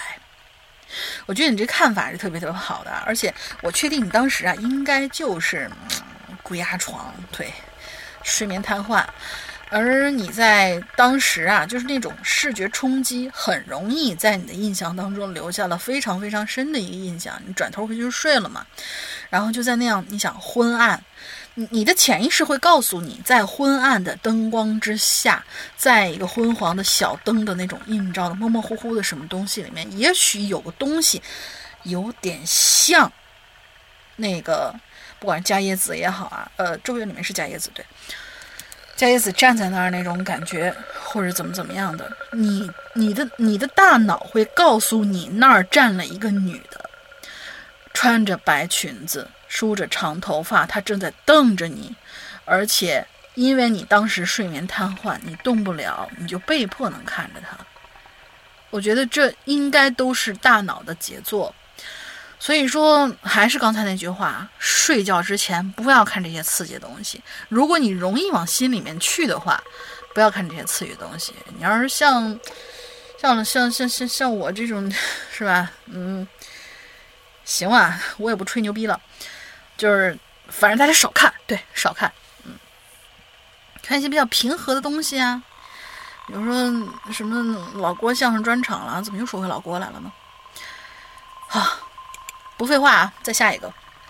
我觉得你这看法是特别特别好的，而且我确定你当时啊，应该就是、嗯、 鬼压床，对，睡眠瘫痪。而你在当时啊，就是那种视觉冲击，很容易在你的印象当中留下了非常非常深的一个印象。你转头回去就睡了嘛，然后就在那样，你想昏暗，你的潜意识会告诉你，在昏暗的灯光之下，在一个昏黄的小灯的那种映照的模模糊糊的什么东西里面，也许有个东西有点像那个，不管是伽椰子也好啊，呃，咒怨里面是伽椰子，对。伽椰子站在那儿那种感觉，或者怎么怎么样的，你你的你的大脑会告诉你那儿站了一个女的，穿着白裙子，梳着长头发，她正在瞪着你，而且因为你当时睡眠瘫痪，你动不了，你就被迫能看着她。我觉得这应该都是大脑的杰作。所以说还是刚才那句话，睡觉之前不要看这些刺激的东西，如果你容易往心里面去的话，不要看这些刺激的东西。你要是像像像像像像我这种是吧，嗯，行啊，我也不吹牛逼了，就是反正大家少看，对，少看，嗯，看一些比较平和的东西啊，比如说什么老郭相声专场了，怎么又说回老郭来了呢？啊，不废话啊，再下一个。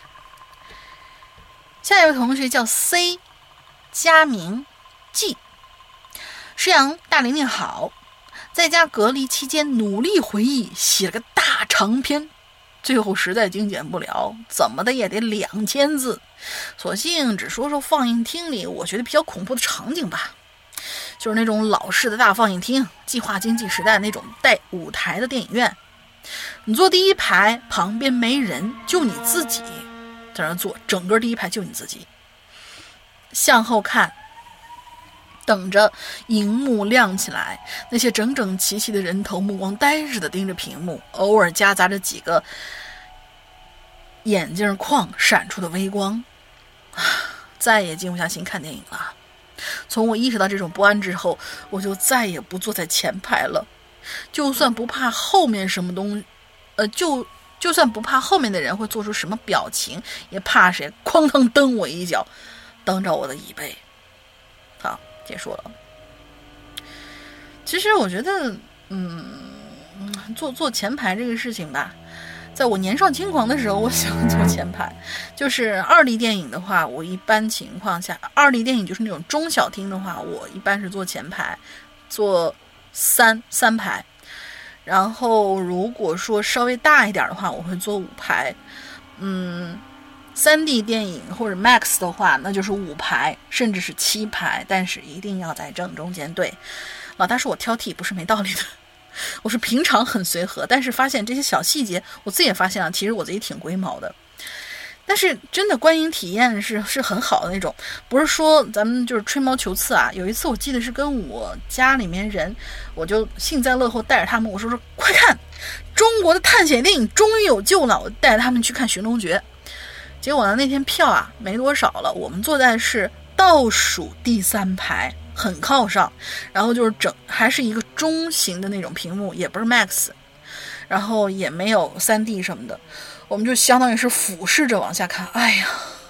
下一位同学叫 C 佳明 G， 诗阳大玲玲好，在家隔离期间努力回忆，写了个大长篇，最后实在精简不了，怎么的也得两千字，索性只说说放映厅里我觉得比较恐怖的场景吧。就是那种老式的大放映厅，计划经济时代那种带舞台的电影院，你坐第一排，旁边没人，就你自己在那坐，整个第一排就你自己，向后看，等着荧幕亮起来，那些整整齐齐的人头目光呆滞地盯着屏幕，偶尔夹杂着几个眼镜框闪出的微光，再也静不下心看电影了。从我意识到这种不安之后，我就再也不坐在前排了。就算不怕后面什么东西，呃，就就算不怕后面的人会做出什么表情，也怕谁哐当蹬我一脚，蹬着我的椅背。好，结束了。其实我觉得，嗯，坐坐前排这个事情吧，在我年少轻狂的时候，我喜欢坐前排。就是二 D 电影的话，我一般情况下，二 D 电影就是那种中小厅的话，我一般是坐前排，坐三三排。然后如果说稍微大一点的话，我会坐五排。嗯，三 D 电影或者 Max 的话，那就是五排，甚至是七排，但是一定要在正中间。对，老大说我挑剔不是没道理的。我是平常很随和，但是发现这些小细节，我自己也发现了，其实我自己挺龟毛的。但是真的观影体验是是很好的那种，不是说咱们就是吹毛求疵啊。有一次我记得是跟我家里面人，我就幸灾乐祸带着他们，我说说快看，中国的探险电影终于有救了，我带着他们去看《寻龙诀》。结果呢，那天票啊没多少了，我们坐在是倒数第三排，很靠上，然后就是整还是一个中型的那种屏幕，也不是 Max， 然后也没有 三 D 什么的，我们就相当于是俯视着往下看。哎呀，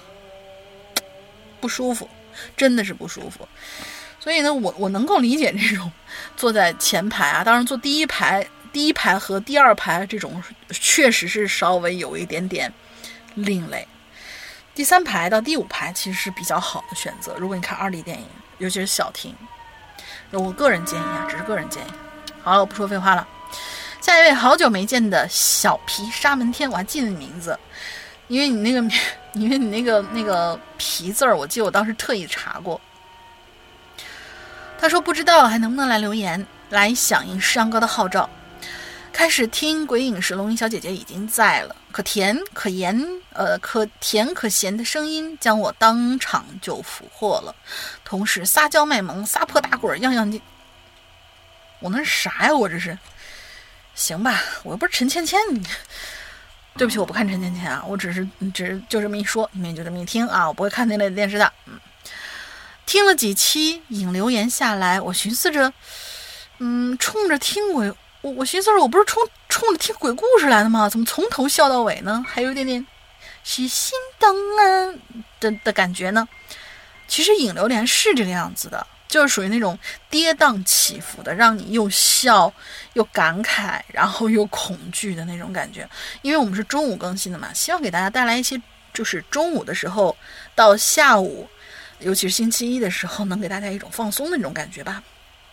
不舒服，真的是不舒服。所以呢，我我能够理解这种坐在前排啊，当然坐第一排，第一排和第二排这种确实是稍微有一点点另类。第三排到第五排其实是比较好的选择，如果你看二 D 电影，尤其是小厅，我个人建议啊，只是个人建议。好了，我不说废话了。下一位好久没见的小皮沙门天，我还记得你名字，因为你那个，因为你那个那个皮字儿，我记得我当时特意查过。他说不知道还能不能来留言，来响应诗阳哥的号召。开始听鬼影时，龙吟小姐姐已经在了，可甜可盐，呃，可甜可咸的声音将我当场就俘获了。同时撒娇卖萌，撒泼打滚，样样精。我那是啥呀？我这是？行吧，我又不是陈芊芊。对不起，我不看陈芊芊啊，我只是只是就这么一说，你们就这么一听啊，我不会看那类的电视的。嗯，听了几期引留言下来，我寻思着，嗯，冲着听鬼。我我寻思着，我不是冲冲着听鬼故事来的吗？怎么从头笑到尾呢？还有一点点虚心的当啊的的感觉呢？其实影流连是这个样子的，就是属于那种跌宕起伏的，让你又笑又感慨，然后又恐惧的那种感觉。因为我们是中午更新的嘛，希望给大家带来一些就是中午的时候到下午，尤其是星期一的时候，能给大家一种放松的那种感觉吧。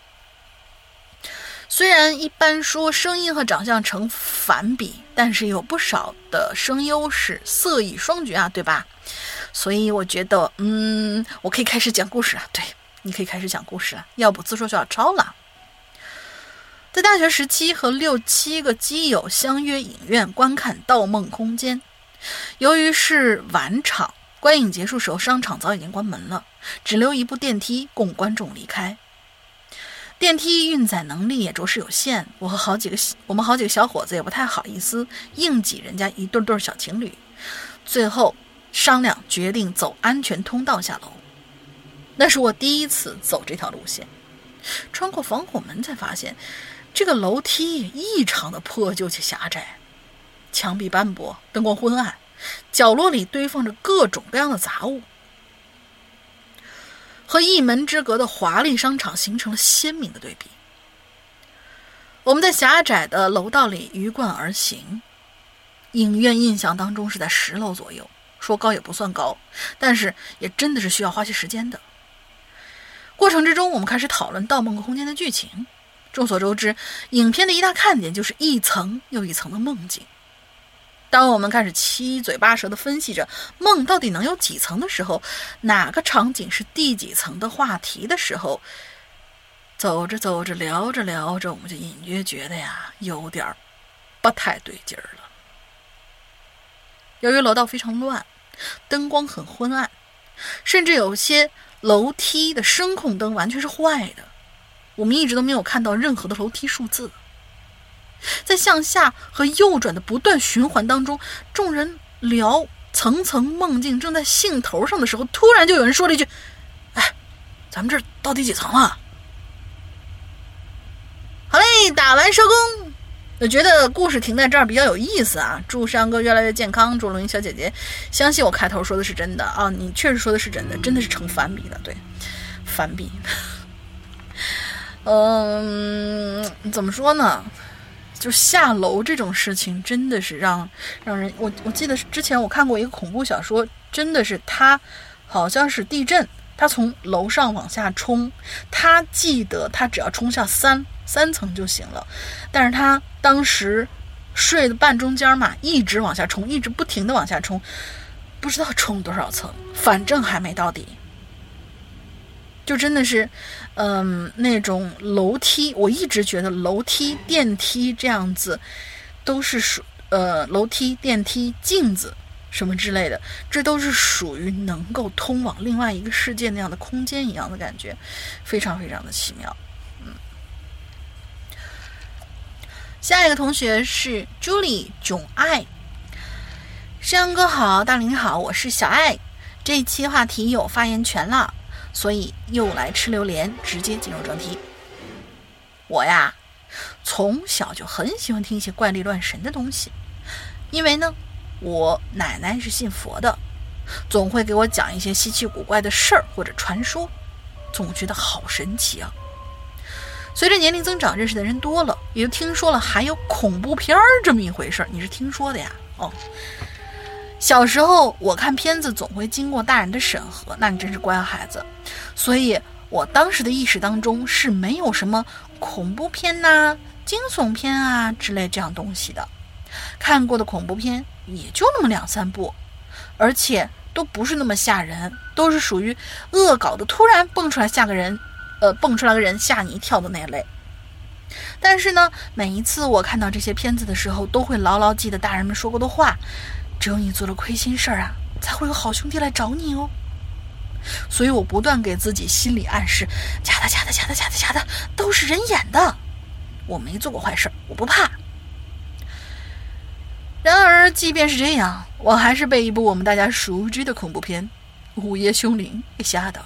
虽然一般说声音和长相成反比，但是有不少的声优是色艺双绝啊，对吧？所以我觉得，嗯，我可以开始讲故事了。对，你可以开始讲故事了，要不自说就要抄了。在大学时期，和六七个基友相约影院观看《盗梦空间》，由于是晚场，观影结束时候商场早已经关门了，只留一部电梯供观众离开。电梯运载能力也着实有限，我和好几个我们好几个小伙子也不太好意思硬挤人家一对对小情侣，最后商量决定走安全通道下楼。那是我第一次走这条路线，穿过防火门才发现这个楼梯异常的破旧且狭窄，墙壁斑驳，灯光昏暗，角落里堆放着各种各样的杂物，和一门之隔的华丽商场形成了鲜明的对比。我们在狭窄的楼道里鱼贯而行，影院印象当中是在十楼左右，说高也不算高，但是也真的是需要花些时间的。过程之中，我们开始讨论《盗梦空间》的剧情。众所周知，影片的一大看点就是一层又一层的梦境。当我们开始七嘴八舌地分析着梦到底能有几层的时候，哪个场景是第几层的话题的时候，走着走着聊着聊着，我们就隐约觉得呀，有点不太对劲儿了。由于楼道非常乱，灯光很昏暗，甚至有些楼梯的声控灯完全是坏的，我们一直都没有看到任何的楼梯数字。在向下和右转的不断循环当中，众人聊层层梦境正在兴头上的时候，突然就有人说了一句：哎，咱们这到底几层了？好嘞，打完收工。我觉得故事停在这儿比较有意思啊！祝山哥越来越健康，祝龙吟小姐姐，相信我开头说的是真的啊，你确实说的是真的，真的是成反比的，对，反比。嗯，怎么说呢？就下楼这种事情真的是让让人我我记得之前我看过一个恐怖小说，真的是他好像是地震，他从楼上往下冲，他记得他只要冲下三三层就行了，但是他当时睡的半中间嘛，一直往下冲，一直不停的往下冲，不知道冲多少层，反正还没到底。就真的是嗯，那种楼梯，我一直觉得楼梯电梯这样子都是属呃楼梯电梯镜子什么之类的，这都是属于能够通往另外一个世界那样的空间一样的感觉，非常非常的奇妙。嗯，下一个同学是 Julie 囧爱，山哥好，大林好，我是小爱，这一期话题有发言权了，所以又来吃榴莲，直接进入正题。我呀，从小就很喜欢听一些怪力乱神的东西，因为呢，我奶奶是信佛的，总会给我讲一些稀奇古怪的事儿或者传说，总觉得好神奇啊。随着年龄增长，认识的人多了，也就听说了还有恐怖片这么一回事。你是听说的呀？哦。小时候我看片子总会经过大人的审核，那你真是乖孩子，所以我当时的意识当中是没有什么恐怖片呐、惊悚片啊之类这样东西的，看过的恐怖片也就那么两三部，而且都不是那么吓人，都是属于恶搞的，突然蹦出来吓个人，呃，蹦出来个人吓你一跳的那类。但是呢，每一次我看到这些片子的时候，都会牢牢记得大人们说过的话，只有你做了亏心事儿啊，才会有好兄弟来找你哦。所以我不断给自己心理暗示，假的假的假的假的假的，都是人演的，我没做过坏事，我不怕。然而即便是这样，我还是被一部我们大家熟知的恐怖片《午夜凶铃》给吓到了。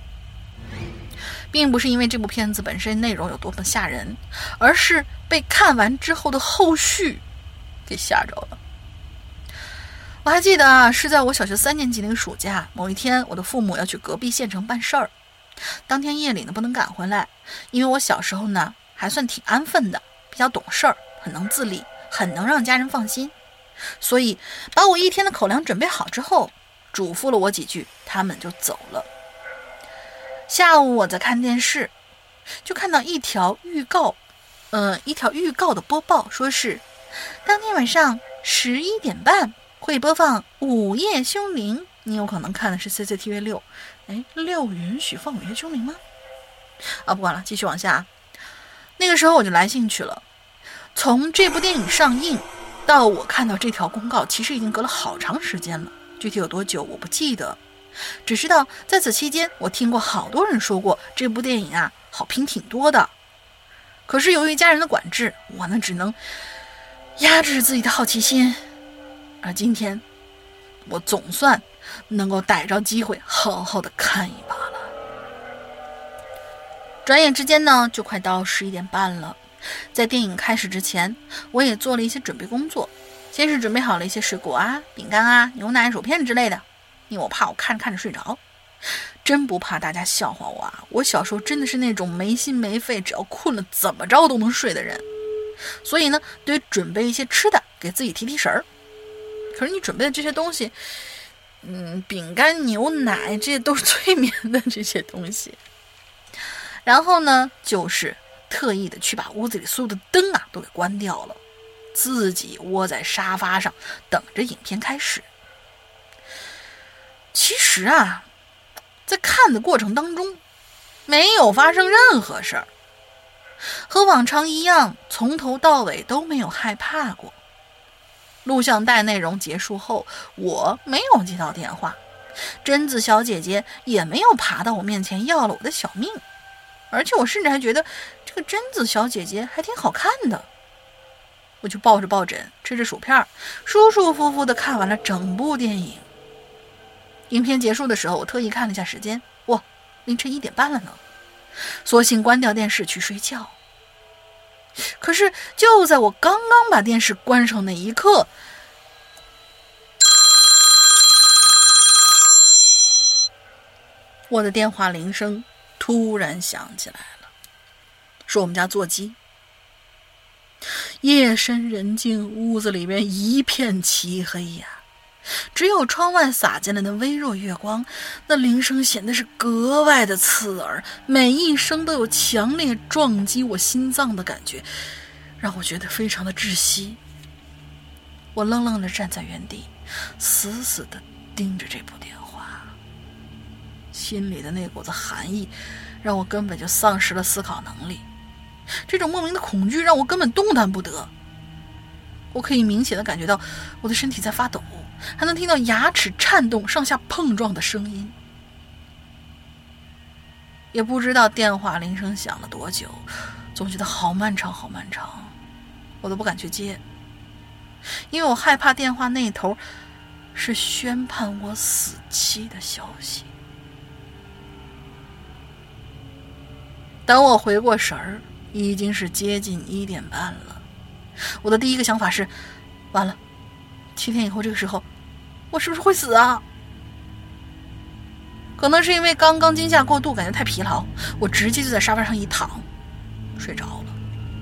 并不是因为这部片子本身内容有多么吓人，而是被看完之后的后续给吓着了。 我还记得啊，是在我小学三年级那个暑假，某一天我的父母要去隔壁县城办事儿，当天夜里呢不能赶回来，因为我小时候呢还算挺安分的，比较懂事儿，很能自理，很能让家人放心，所以把我一天的口粮准备好之后，嘱咐了我几句，他们就走了。下午我在看电视，就看到一条预告，呃，一条预告的播报，说是当天晚上十一点半会播放《午夜凶铃》，你有可能看的是 C C T V 六，哎，六允许放《午夜凶铃》吗？啊，不管了，继续往下。那个时候我就来兴趣了。从这部电影上映到我看到这条公告，其实已经隔了好长时间了，具体有多久我不记得，只知道在此期间我听过好多人说过这部电影啊好评挺多的。可是由于家人的管制，我呢只能压制自己的好奇心，而今天我总算能够逮着机会好好的看一把了。转眼之间呢就快到十一点半了，在电影开始之前，我也做了一些准备工作，先是准备好了一些水果啊、饼干啊、牛奶、薯片之类的，因为我怕我看着看着睡着。真不怕大家笑话我啊，我小时候真的是那种没心没肺，只要困了怎么着都能睡的人，所以呢得准备一些吃的给自己提提神儿。可是你准备的这些东西，嗯，饼干、牛奶，这些都是催眠的这些东西。然后呢就是特意的去把屋子里所有的灯啊都给关掉了，自己窝在沙发上等着影片开始。其实啊，在看的过程当中没有发生任何事儿，和往常一样，从头到尾都没有害怕过。录像带内容结束后，我没有接到电话，贞子小姐姐也没有爬到我面前要了我的小命，而且我甚至还觉得这个贞子小姐姐还挺好看的。我就抱着抱枕，吃着薯片，舒舒服服地看完了整部电影。影片结束的时候，我特意看了一下时间，哇，凌晨一点半了呢，索性关掉电视去睡觉。可是就在我刚刚把电视关上那一刻，我的电话铃声突然响起来了，是我们家座机。夜深人静，屋子里面一片漆黑呀，只有窗外洒进来的微弱月光，那铃声显得是格外的刺耳，每一声都有强烈撞击我心脏的感觉，让我觉得非常的窒息。我愣愣地站在原地，死死地盯着这部电话，心里的那股子寒意让我根本就丧失了思考能力。这种莫名的恐惧让我根本动弹不得，我可以明显地感觉到我的身体在发抖，还能听到牙齿颤动、上下碰撞的声音。也不知道电话铃声响了多久，总觉得好漫长好漫长，我都不敢去接，因为我害怕电话那头是宣判我死期的消息。等我回过神儿，已经是接近一点半了。我的第一个想法是，完了，七天以后这个时候我是不是会死啊？可能是因为刚刚惊吓过度，感觉太疲劳，我直接就在沙发上一躺睡着了。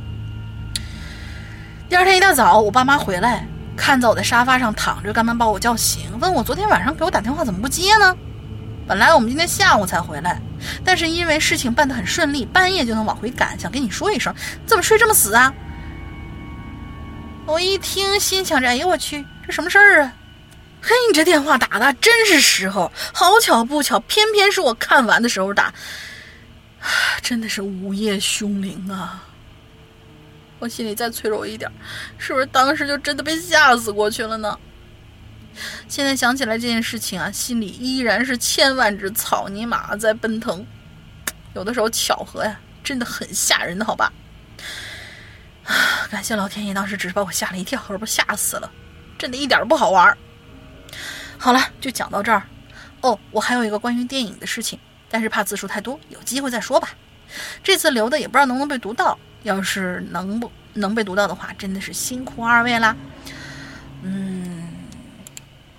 第二天一大早，我爸妈回来，看到我在沙发上躺着，赶忙把我叫醒，问我昨天晚上给我打电话怎么不接呢？本来我们今天下午才回来，但是因为事情办得很顺利，半夜就能往回赶，想跟你说一声，怎么睡这么死啊？我一听心想着，哎呦我去，这什么事儿啊？嘿，你这电话打的真是时候，好巧不巧，偏偏是我看完的时候打，真的是午夜凶铃啊！我心里再脆弱一点，是不是当时就真的被吓死过去了呢？现在想起来这件事情啊，心里依然是千万只草泥马在奔腾。有的时候巧合呀，真的很吓人的，好吧？感谢老天爷，当时只是把我吓了一跳，而不是吓死了，真的一点都不好玩。好了，就讲到这儿。哦，我还有一个关于电影的事情，但是怕字数太多，有机会再说吧。这次留的也不知道能不能被读到，要是能不能被读到的话，真的是辛苦二位啦。嗯，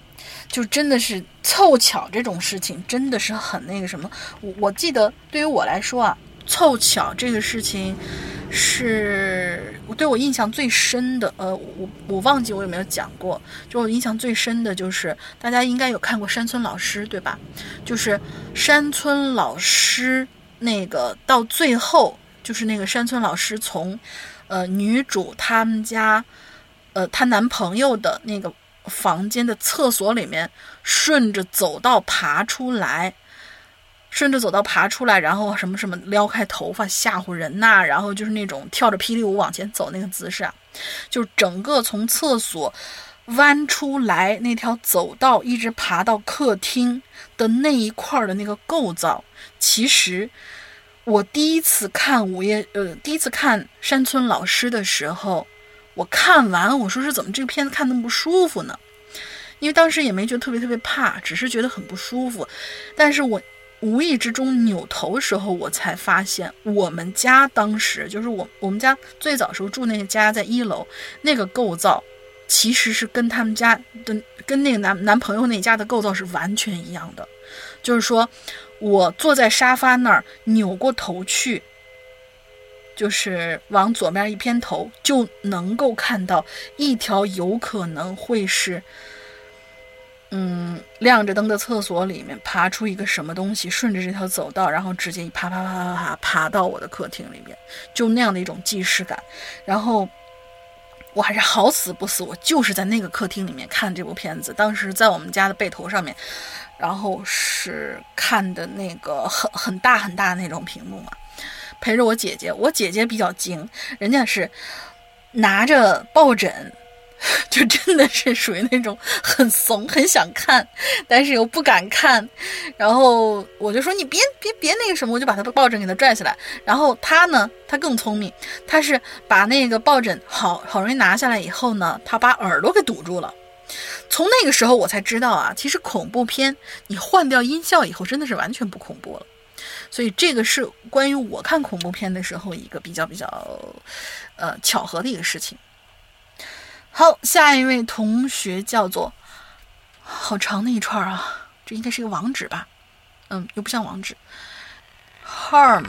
就真的是凑巧这种事情真的是很那个什么。我我记得对于我来说啊，凑巧这个事情是对我印象最深的。呃，我我忘记我有没有讲过，就我印象最深的就是大家应该有看过山村老师对吧？就是山村老师那个到最后，就是那个山村老师从呃女主他们家呃她男朋友的那个房间的厕所里面顺着走道爬出来，顺着走道爬出来，然后什么什么撩开头发吓唬人呐、啊，然后就是那种跳着霹雳舞往前走那个姿势啊，就整个从厕所弯出来那条走道一直爬到客厅的那一块的那个构造，其实我第一次看午夜呃第一次看山村老师的时候，我看完我说是怎么这个片子看那么不舒服呢？因为当时也没觉得特别特别怕，只是觉得很不舒服。但是我无意之中扭头的时候，我才发现我们家当时就是我我们家最早时候住那个家在一楼，那个构造其实是跟他们家的跟那个男男朋友那家的构造是完全一样的。就是说我坐在沙发那儿扭过头去，就是往左边一偏头，就能够看到一条有可能会是嗯，亮着灯的厕所里面爬出一个什么东西，顺着这条走道，然后直接一爬爬爬爬爬爬到我的客厅里面，就那样的一种既视感。然后我还是好死不死，我就是在那个客厅里面看这部片子，当时在我们家的背头上面，然后是看的那个很很大很大的那种屏幕嘛，陪着我姐姐。我姐姐比较精，人家是拿着抱枕，就真的是属于那种很怂，很想看，但是又不敢看。然后我就说你别别别那个什么，我就把他的抱枕给他拽起来。然后他呢，他更聪明，他是把那个抱枕好好容易拿下来以后呢，他把耳朵给堵住了。从那个时候我才知道啊，其实恐怖片你换掉音效以后，真的是完全不恐怖了。所以这个是关于我看恐怖片的时候一个比较比较呃巧合的一个事情。好，下一位同学叫做，好长的一串啊，这应该是一个网址吧？嗯，又不像网址。Harm,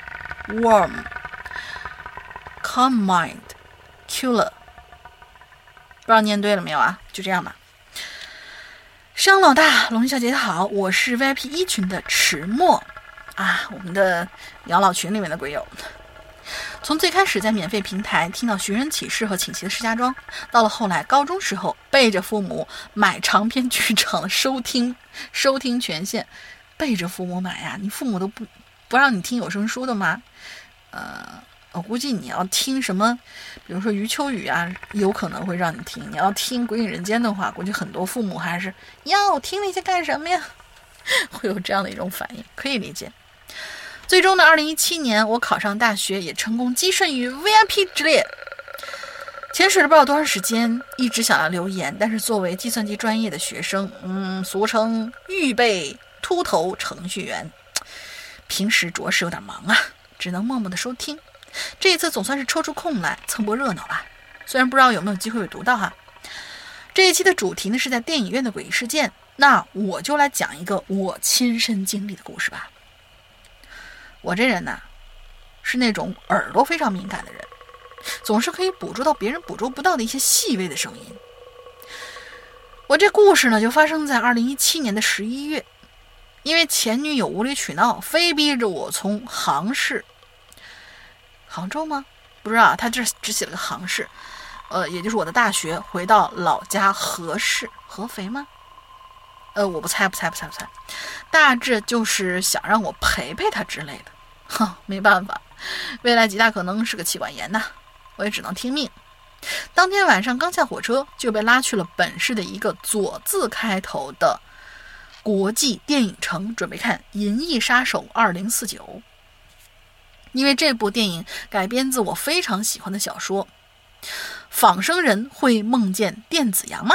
worm, combined, killer， 不知道念对了没有啊？就这样吧。商老大，龙小姐好，我是 V I P 一群的迟墨啊，我们的养老群里面的鬼友。从最开始在免费平台听到《寻人启事》和《倾斜的石家庄》，到了后来高中时候背着父母买长篇剧场的收听收听权限，背着父母买呀、啊？你父母都不不让你听有声书的吗？呃，我估计你要听什么，比如说余秋雨啊，有可能会让你听。你要听《鬼影人间》的话，估计很多父母还是呀，我听那些干什么呀？会有这样的一种反应，可以理解。最终呢，二零一七年我考上大学，也成功跻身于 V I P 之列。潜水了不知道多长时间，一直想要留言，但是作为计算机专业的学生，嗯，俗称预备秃头程序员，平时着实有点忙啊，只能默默的收听。这一次总算是抽出空来蹭波热闹吧，虽然不知道有没有机会会读到哈。这一期的主题呢是在电影院的诡异事件，那我就来讲一个我亲身经历的故事吧。我这人呢，是那种耳朵非常敏感的人，总是可以捕捉到别人捕捉不到的一些细微的声音。我这故事呢，就发生在二零一七年的十一月，因为前女友无理取闹，非逼着我从杭市，杭州吗？不知道，他这只写了个杭市，呃，也就是我的大学，回到老家合市，合肥吗？呃，我不猜，不猜，不猜，不猜，大致就是想让我陪陪他之类的。哼，没办法，未来极大可能是个妻管严呐，我也只能听命。当天晚上刚下火车，就被拉去了本市的一个左字开头的国际电影城，准备看《银翼杀手二零四九》。因为这部电影改编自我非常喜欢的小说。仿生人会梦见电子羊吗？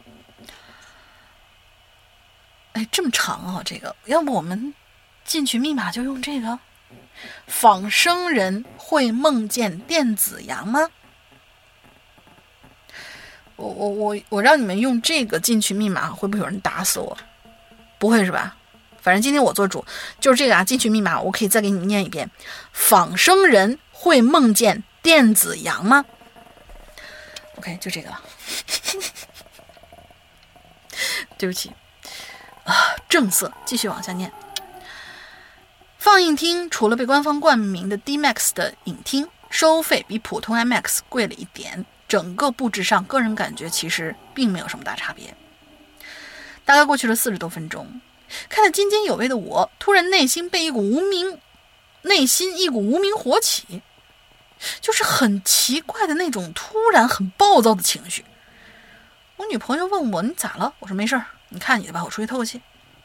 哎，这么长啊，这个，要不我们进群密码就用这个？仿生人会梦见电子羊吗？ 我我我我让你们用这个进群密码，会不会有人打死我？不会是吧？反正今天我做主，就是这个啊，进群密码我可以再给你们念一遍。仿生人会梦见电子羊吗 ？OK， 就这个了。对不起啊，正色继续往下念。放映厅除了被官方冠名的 D MAX 的影厅收费比普通 IMAX 贵了一点，整个布置上个人感觉其实并没有什么大差别。大概过去了四十多分钟，看得津津有味的我突然内心被一股无名内心一股无名火起，就是很奇怪的那种突然很暴躁的情绪。我女朋友问我你咋了，我说没事儿，你看你的吧，我出去透个气。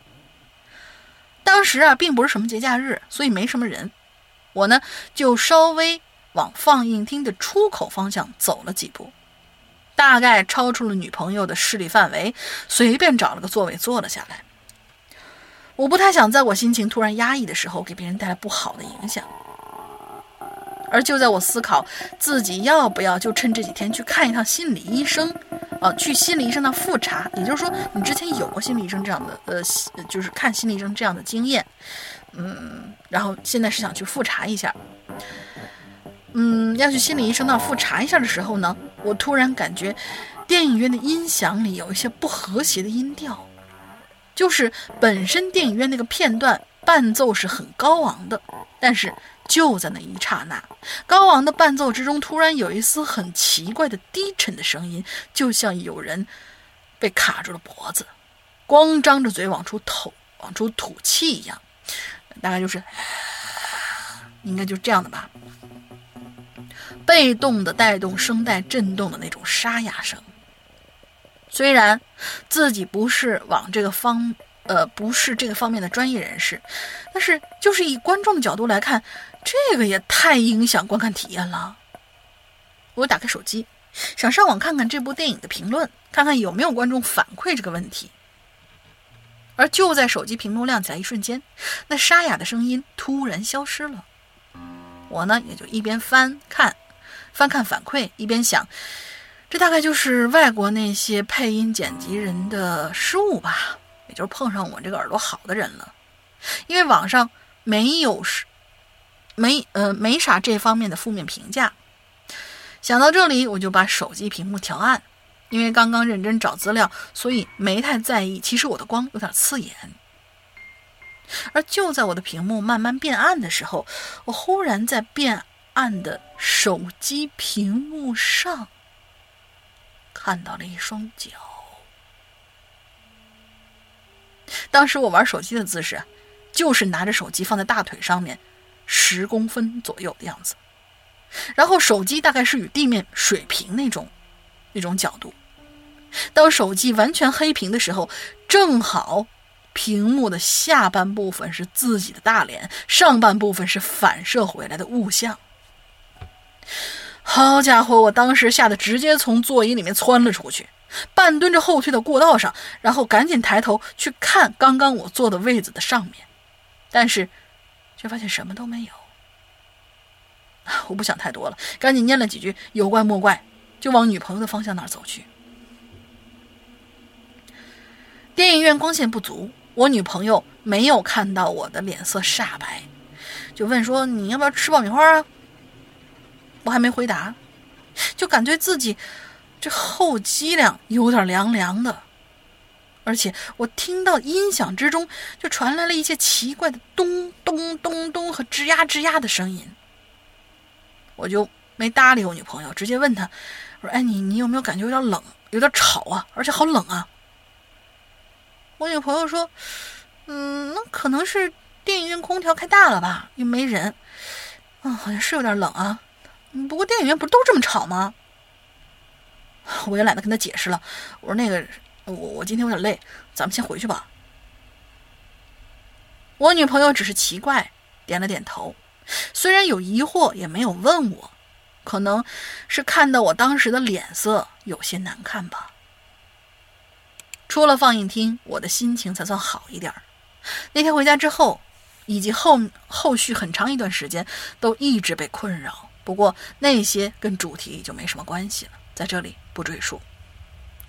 当时啊并不是什么节假日，所以没什么人，我呢就稍微往放映厅的出口方向走了几步，大概超出了女朋友的视力范围，随便找了个座位坐了下来。我不太想在我心情突然压抑的时候给别人带来不好的影响，而就在我思考自己要不要就趁这几天去看一趟心理医生，呃，去心理医生那复查，也就是说你之前有过心理医生这样的呃，就是看心理医生这样的经验，嗯，然后现在是想去复查一下，嗯，要去心理医生那复查一下的时候呢，我突然感觉电影院的音响里有一些不和谐的音调。就是本身电影院那个片段伴奏是很高昂的，但是就在那一刹那，高昂的伴奏之中突然有一丝很奇怪的低沉的声音，就像有人被卡住了脖子，光张着嘴往出吐往出吐气一样，大概就是应该就这样的吧，被动的带动声带震动的那种沙哑声。虽然自己不是往这个方呃不是这个方面的专业人士，但是就是以观众的角度来看，这个也太影响观看体验了。我打开手机，想上网看看这部电影的评论，看看有没有观众反馈这个问题。而就在手机屏幕亮起来一瞬间，那沙哑的声音突然消失了。我呢也就一边翻看翻看反馈，一边想，这大概就是外国那些配音剪辑人的失误吧，也就是碰上我这个耳朵好的人了。因为网上没有没呃没啥这方面的负面评价。想到这里，我就把手机屏幕调暗，因为刚刚认真找资料，所以没太在意。其实我的光有点刺眼。而就在我的屏幕慢慢变暗的时候，我忽然在变暗的手机屏幕上看到了一双脚。当时我玩手机的姿势就是拿着手机放在大腿上面十公分左右的样子，然后手机大概是与地面水平那种那种角度。当手机完全黑屏的时候，正好屏幕的下半部分是自己的大脸，上半部分是反射回来的物像。好家伙，我当时吓得直接从座椅里面窜了出去，半蹲着后退到过道上，然后赶紧抬头去看刚刚我坐的位子的上面，但是却发现什么都没有。我不想太多了，赶紧念了几句有怪莫怪，就往女朋友的方向那儿走去。电影院光线不足，我女朋友没有看到我的脸色煞白，就问说你要不要吃爆米花啊？我还没回答，就感觉自己这后脊梁有点凉凉的，而且我听到音响之中就传来了一些奇怪的咚咚咚咚和吱呀吱呀的声音。我就没搭理我女朋友，直接问她，我说哎，你你有没有感觉有点冷，有点吵啊，而且好冷啊？我女朋友说，嗯，那可能是电影院空调开大了吧，又没人，嗯，好像是有点冷啊。不过电影院不是都这么吵吗？我也懒得跟他解释了，我说那个我我今天有点累，咱们先回去吧。我女朋友只是奇怪点了点头，虽然有疑惑也没有问我，可能是看到我当时的脸色有些难看吧。出了放映厅，我的心情才算好一点。那天回家之后以及后后续很长一段时间都一直被困扰，不过那些跟主题就没什么关系了，在这里不赘述。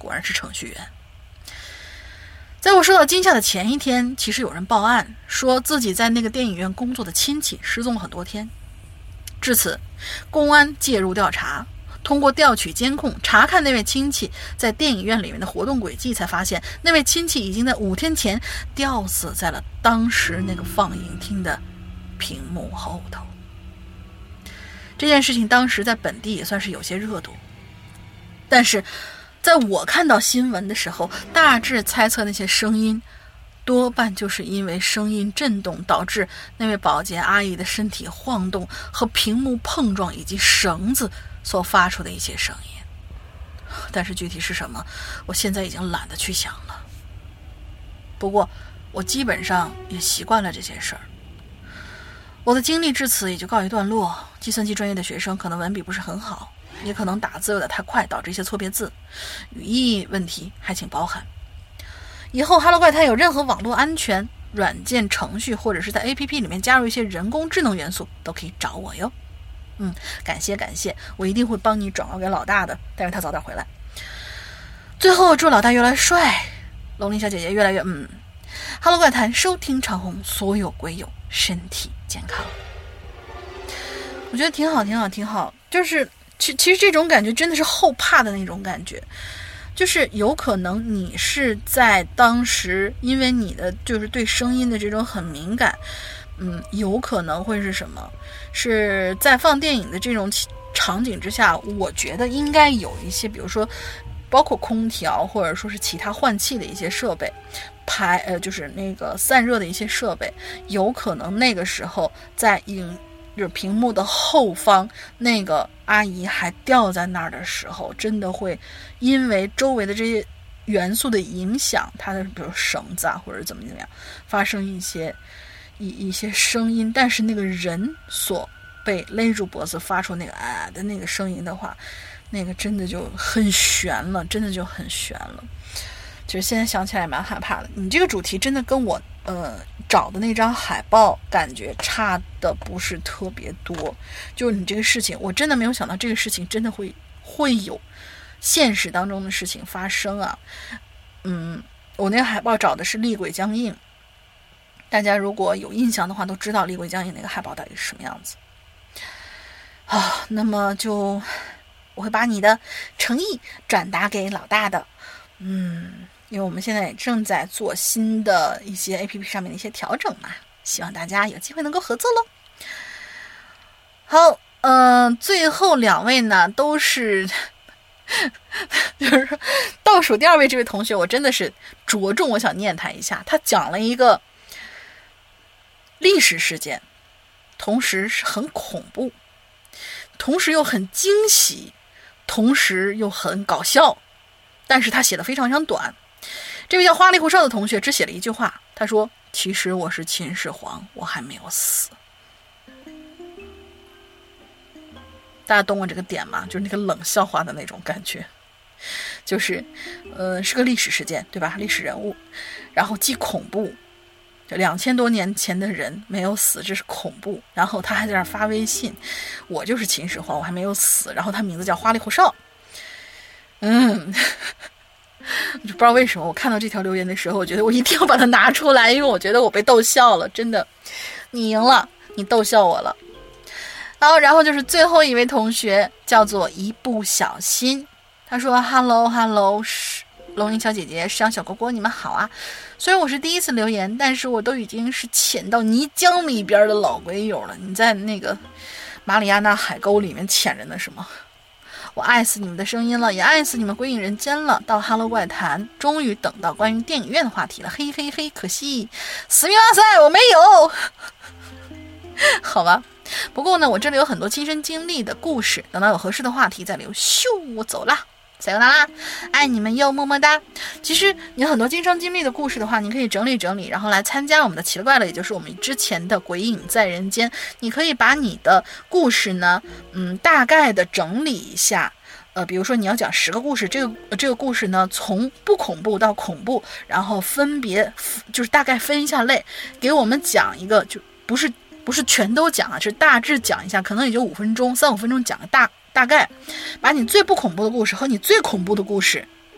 果然是程序员。在我受到惊吓的前一天，其实有人报案说自己在那个电影院工作的亲戚失踪了很多天。至此，公安介入调查，通过调取监控查看那位亲戚在电影院里面的活动轨迹，才发现那位亲戚已经在五天前吊死在了当时那个放映厅的屏幕后头。这件事情当时在本地也算是有些热度，但是在我看到新闻的时候，大致猜测那些声音多半就是因为声音震动导致那位保洁阿姨的身体晃动和屏幕碰撞以及绳子所发出的一些声音。但是具体是什么，我现在已经懒得去想了。不过我基本上也习惯了这些事儿。我的经历至此也就告一段落。计算机专业的学生可能文笔不是很好，也可能打字有点太快，导致一些错别字，语义问题还请包涵。以后哈喽怪谈有任何网络安全软件程序或者是在 A P P 里面加入一些人工智能元素，都可以找我哟。嗯，感谢感谢，我一定会帮你转告给老大的，但是他早点回来。最后祝老大越来越帅，龙鳞小姐姐越来越嗯。哈喽怪谈收听长虹，所有鬼友身体健康。我觉得挺好挺好挺好，就是其其实这种感觉真的是后怕的那种感觉，就是有可能你是在当时因为你的就是对声音的这种很敏感，嗯，有可能会是什么，是在放电影的这种场景之下，我觉得应该有一些比如说包括空调或者说是其他换气的一些设备，排呃就是那个散热的一些设备，有可能那个时候在影就是屏幕的后方那个阿姨还吊在那儿的时候，真的会因为周围的这些元素的影响，它的比如绳子啊或者怎么怎么样发生一些一一些声音，但是那个人所被勒住脖子发出那个啊的那个声音的话，那个真的就很悬了，真的就很悬了。其实现在想起来蛮害怕的。你这个主题真的跟我呃找的那张海报感觉差的不是特别多，就是你这个事情，我真的没有想到这个事情真的会会有现实当中的事情发生啊。嗯，我那个海报找的是厉鬼僵硬，大家如果有印象的话都知道厉鬼僵硬那个海报到底是什么样子啊。那么就我会把你的诚意转达给老大的。嗯，因为我们现在也正在做新的一些 A P P 上面的一些调整嘛，希望大家有机会能够合作咯。好，嗯、呃，最后两位呢都是就是说倒数第二位这位同学，我真的是着重我想念他一下，他讲了一个历史事件，同时是很恐怖，同时又很惊喜，同时又很搞笑，但是他写的非常非常短。这位叫花里胡哨的同学只写了一句话，他说其实我是秦始皇，我还没有死。大家懂我这个点吗？就是那个冷笑话的那种感觉，就是呃是个历史事件对吧，历史人物，然后既恐怖，两千多年前的人没有死，这是恐怖，然后他还在那发微信，我就是秦始皇，我还没有死，然后他名字叫花里胡哨。嗯就不知道为什么我看到这条留言的时候，我觉得我一定要把它拿出来，因为我觉得我被逗笑了，真的，你赢了，你逗笑我了。好，然后就是最后一位同学叫做一不小心，他说 Hello Hello 龙鳞小姐姐山小哥哥你们好啊，虽然我是第一次留言，但是我都已经是潜到泥浆里边的老鬼友了，你在那个马里亚纳海沟里面潜着呢是吗？我爱死你们的声音了，也爱死你们鬼影人间了。到哈喽怪谈，终于等到关于电影院的话题了，嘿嘿嘿，可惜死命拉塞我没有好吧，不过呢我这里有很多亲身经历的故事，等到有合适的话题再留。咻，我走啦，撒由那拉，爱你们哟，么么哒。其实你有很多亲身经历的故事的话，你可以整理整理，然后来参加我们的奇了怪了，也就是我们之前的鬼影在人间。你可以把你的故事呢嗯，大概的整理一下，呃，比如说你要讲十个故事，这个、呃、这个故事呢从不恐怖到恐怖，然后分别就是大概分一下类，给我们讲一个，就不是不是全都讲啊，是大致讲一下，可能也就五分钟三五分钟讲个大大概，把你最不恐怖的故事和你最恐怖的故事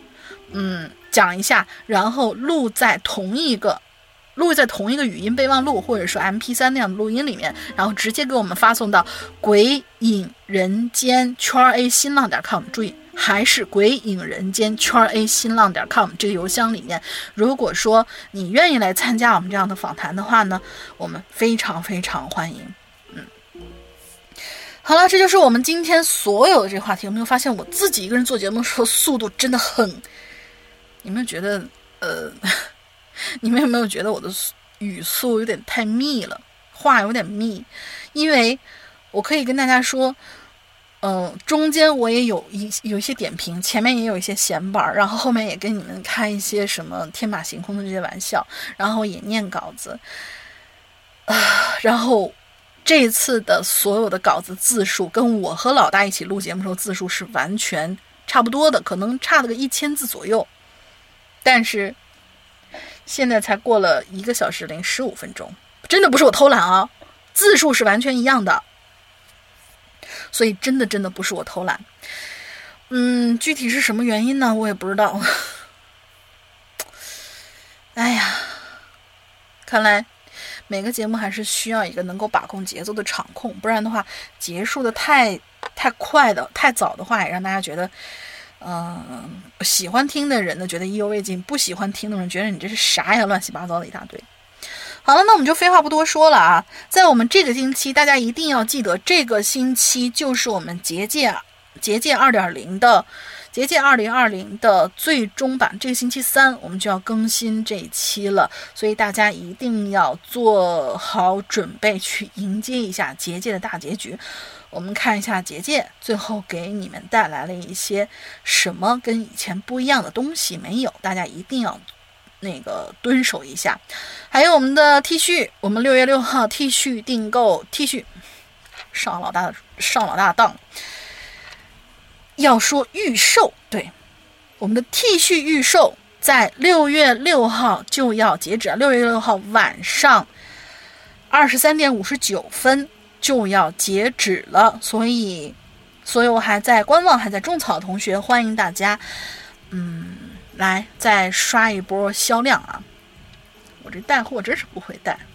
嗯讲一下，然后录在同一个录在同一个语音备忘录或者说 M P 三 那样的录音里面，然后直接给我们发送到鬼影人间圈 A 新浪点 com， 注意还是鬼影人间圈 A 新浪点 com 这个邮箱里面。如果说你愿意来参加我们这样的访谈的话呢，我们非常非常欢迎。嗯，好了，这就是我们今天所有的这个话题。有没有发现我自己一个人做节目的时候速度真的很，你们觉得呃你们有没有觉得我的语速有点太密了，话有点密？因为我可以跟大家说嗯、呃，中间我也有一有一些点评，前面也有一些闲板，然后后面也跟你们开一些什么天马行空的这些玩笑，然后也念稿子啊、呃，然后这一次的所有的稿子字数跟我和老大一起录节目的时候字数是完全差不多的，可能差了个一千字左右，但是现在才过了一个小时零十五分钟，真的不是我偷懒啊，字数是完全一样的，所以真的真的不是我偷懒。嗯，具体是什么原因呢？我也不知道。哎呀，看来每个节目还是需要一个能够把控节奏的场控，不然的话，结束的太太快的、太早的话，也让大家觉得。嗯，喜欢听的人呢觉得意犹未尽，不喜欢听的人觉得你这是啥呀，乱七八糟的一大堆。好了，那我们就废话不多说了啊，在我们这个星期，大家一定要记得，这个星期就是我们结界结界 二点零 的结界二零二零的最终版，这个星期三我们就要更新这一期了，所以大家一定要做好准备去迎接一下结界的大结局。我们看一下结界最后给你们带来了一些什么跟以前不一样的东西没有，大家一定要那个蹲守一下。还有我们的 T 恤，我们六月六号 T 恤订购 T 恤上老大的上老大的当，要说预售，对，我们的 T 恤预售在六月六号就要截止，六月六号晚上二十三点五十九分就要截止了，所以所有还在观望还在种草的同学，欢迎大家嗯来再刷一波销量啊！我这带货真是不会带。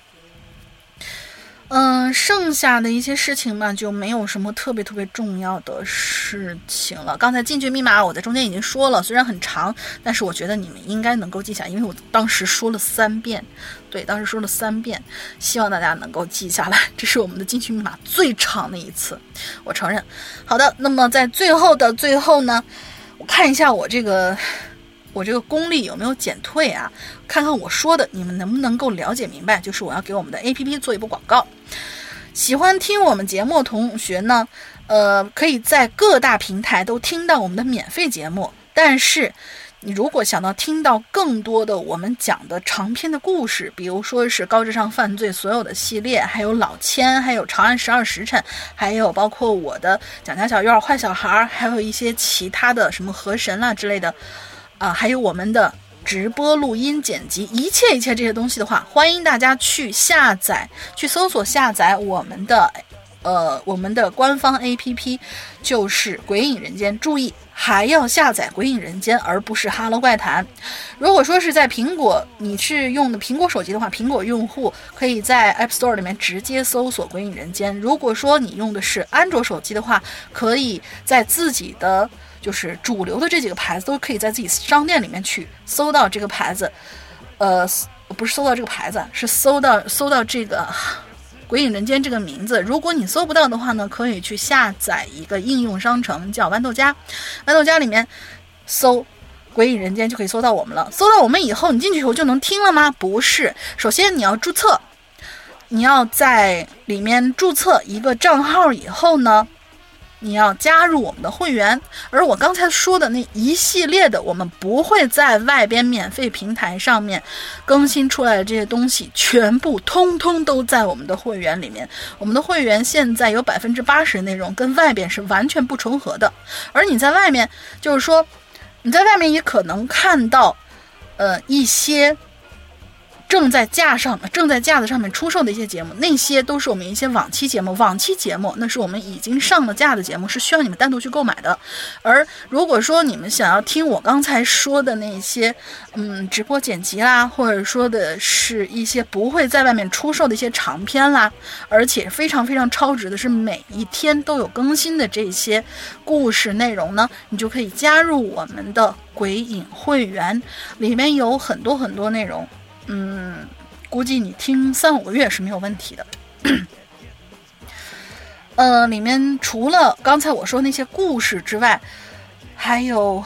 嗯，剩下的一些事情嘛，就没有什么特别特别重要的事情了。刚才进去密码我在中间已经说了，虽然很长，但是我觉得你们应该能够记下，因为我当时说了三遍，对，当时说了三遍，希望大家能够记下来。这是我们的进去密码最长的一次，我承认。好的，那么在最后的最后呢，我看一下我这个。我这个功力有没有减退啊？看看我说的你们能不能够了解明白，就是我要给我们的 A P P 做一波广告。喜欢听我们节目的同学呢，呃，可以在各大平台都听到我们的免费节目，但是你如果想要听到更多的我们讲的长篇的故事，比如说是高智商犯罪所有的系列，还有老千，还有长安十二时辰，还有包括我的蒋家小院坏小孩，还有一些其他的什么河神啦之类的啊、呃，还有我们的直播录音剪辑，一切一切这些东西的话，欢迎大家去下载，去搜索下载我们的呃我们的官方 A P P， 就是鬼影人间。注意还要下载鬼影人间，而不是哈喽怪谈。如果说是在苹果，你是用的苹果手机的话，苹果用户可以在 App Store 里面直接搜索鬼影人间。如果说你用的是安卓手机的话，可以在自己的就是主流的这几个牌子都可以在自己商店里面去搜到这个牌子，呃，不是搜到这个牌子，是搜到搜到这个鬼影人间这个名字。如果你搜不到的话呢，可以去下载一个应用商城叫豌豆荚，豌豆荚里面搜鬼影人间就可以搜到我们了。搜到我们以后，你进去以后就能听了吗？不是，首先你要注册，你要在里面注册一个账号以后呢，你要加入我们的会员。而我刚才说的那一系列的我们不会在外边免费平台上面更新出来的这些东西，全部通通都在我们的会员里面。我们的会员现在有 百分之八十 内容跟外边是完全不重合的，而你在外面就是说你在外面也可能看到呃一些正在架上正在架子上面出售的一些节目，那些都是我们一些往期节目往期节目那是我们已经上了架的节目，是需要你们单独去购买的。而如果说你们想要听我刚才说的那些嗯直播剪辑啦，或者说的是一些不会在外面出售的一些长篇啦，而且非常非常超值的是每一天都有更新的这些故事内容呢，你就可以加入我们的鬼影会员，里面有很多很多内容，嗯，估计你听三五个月是没有问题的。呃，里面除了刚才我说那些故事之外，还有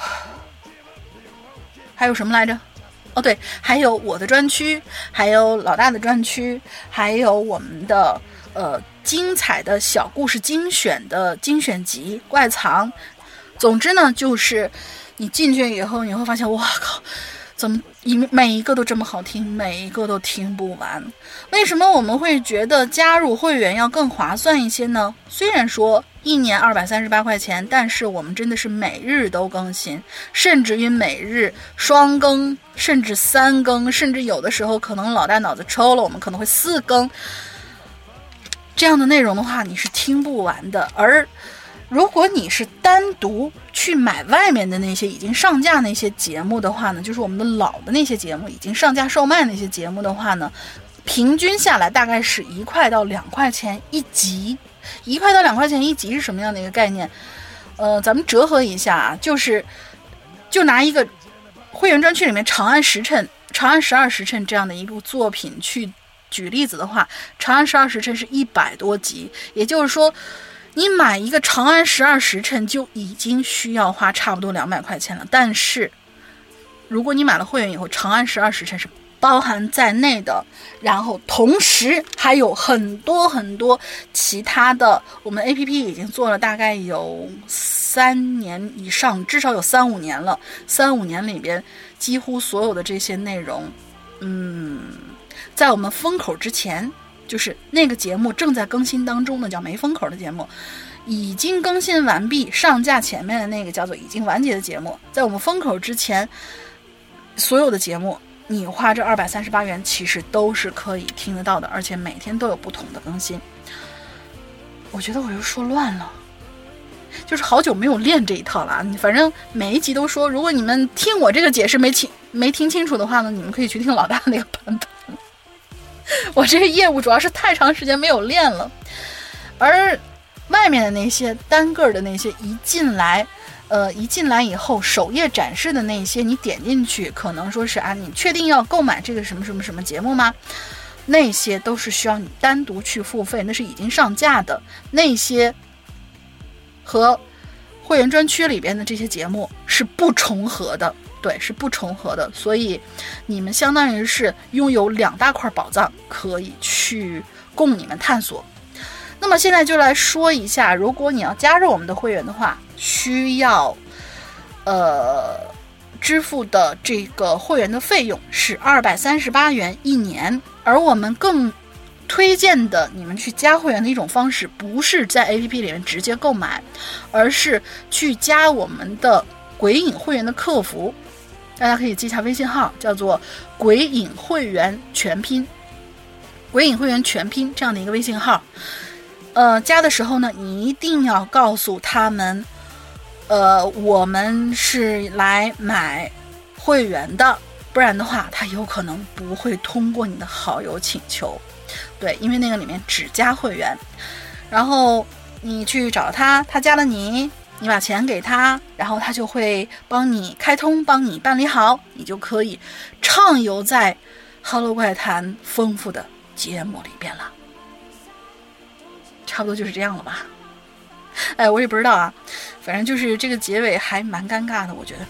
还有什么来着？哦，对，还有我的专区，还有老大的专区，还有我们的呃精彩的小故事精选的精选集怪藏。总之呢，就是你进去以后，你会发现，哇靠，怎么每一个都这么好听，每一个都听不完。为什么我们会觉得加入会员要更划算一些呢？虽然说一年二百三十八块钱，但是我们真的是每日都更新，甚至于每日双更，甚至三更，甚至有的时候可能老大脑子抽了，我们可能会四更。这样的内容的话，你是听不完的。而如果你是单独去买外面的那些已经上架那些节目的话呢，就是我们的老的那些节目已经上架售卖那些节目的话呢，平均下来大概是一块到两块钱一集。一块到两块钱一集是什么样的一个概念？呃，咱们折合一下啊，就是就拿一个会员专区里面《长安时辰》《长安十二时辰》这样的一部作品去举例子的话，《长安十二时辰》是一百多集，也就是说你买一个长安十二时辰就已经需要花差不多两百块钱了。但是如果你买了会员以后，长安十二时辰是包含在内的，然后同时还有很多很多其他的，我们 A P P 已经做了大概有三年以上，至少有三五年了。三五年里边几乎所有的这些内容，嗯，在我们封口之前，就是那个节目正在更新当中的叫没封口的节目，已经更新完毕上架前面的那个叫做已经完结的节目，在我们封口之前所有的节目你花这二百三十八元其实都是可以听得到的，而且每天都有不同的更新。我觉得我又说乱了，就是好久没有练这一套了啊！反正每一集都说，如果你们听我这个解释没听没听清楚的话呢，你们可以去听老大那个版本。我这个业务主要是太长时间没有练了，而外面的那些单个的那些一进来呃，一进来以后首页展示的那些，你点进去可能说是啊，你确定要购买这个什么什么什么节目吗？那些都是需要你单独去付费，那是已经上架的，那些和会员专区里边的这些节目是不重合的，对，是不重合的，所以你们相当于是拥有两大块宝藏可以去供你们探索。那么现在就来说一下，如果你要加入我们的会员的话，需要呃支付的这个会员的费用是二百三十八元一年。而我们更推荐的你们去加会员的一种方式，不是在 A P P 里面直接购买，而是去加我们的鬼影会员的客服，大家可以记一下微信号，叫做鬼影会员全拼，鬼影会员全拼这样的一个微信号。呃，加的时候呢，你一定要告诉他们，呃，我们是来买会员的，不然的话，他有可能不会通过你的好友请求。对，因为那个里面只加会员，然后你去找他，他加了你，你把钱给他，然后他就会帮你开通，帮你办理好，你就可以畅游在 Hello 怪谈丰富的节目里边了。差不多就是这样了吧。哎，我也不知道啊，反正就是这个结尾还蛮尴尬的，我觉得。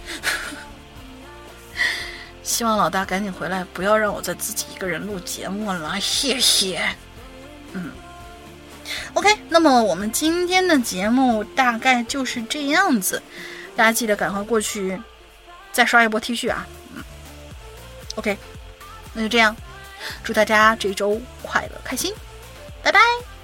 希望老大赶紧回来，不要让我再自己一个人录节目了，谢谢。嗯 OK， 那么我们今天的节目大概就是这样子，大家记得赶快过去再刷一波 T 恤啊。嗯 OK， 那就这样，祝大家这周快乐开心，拜拜。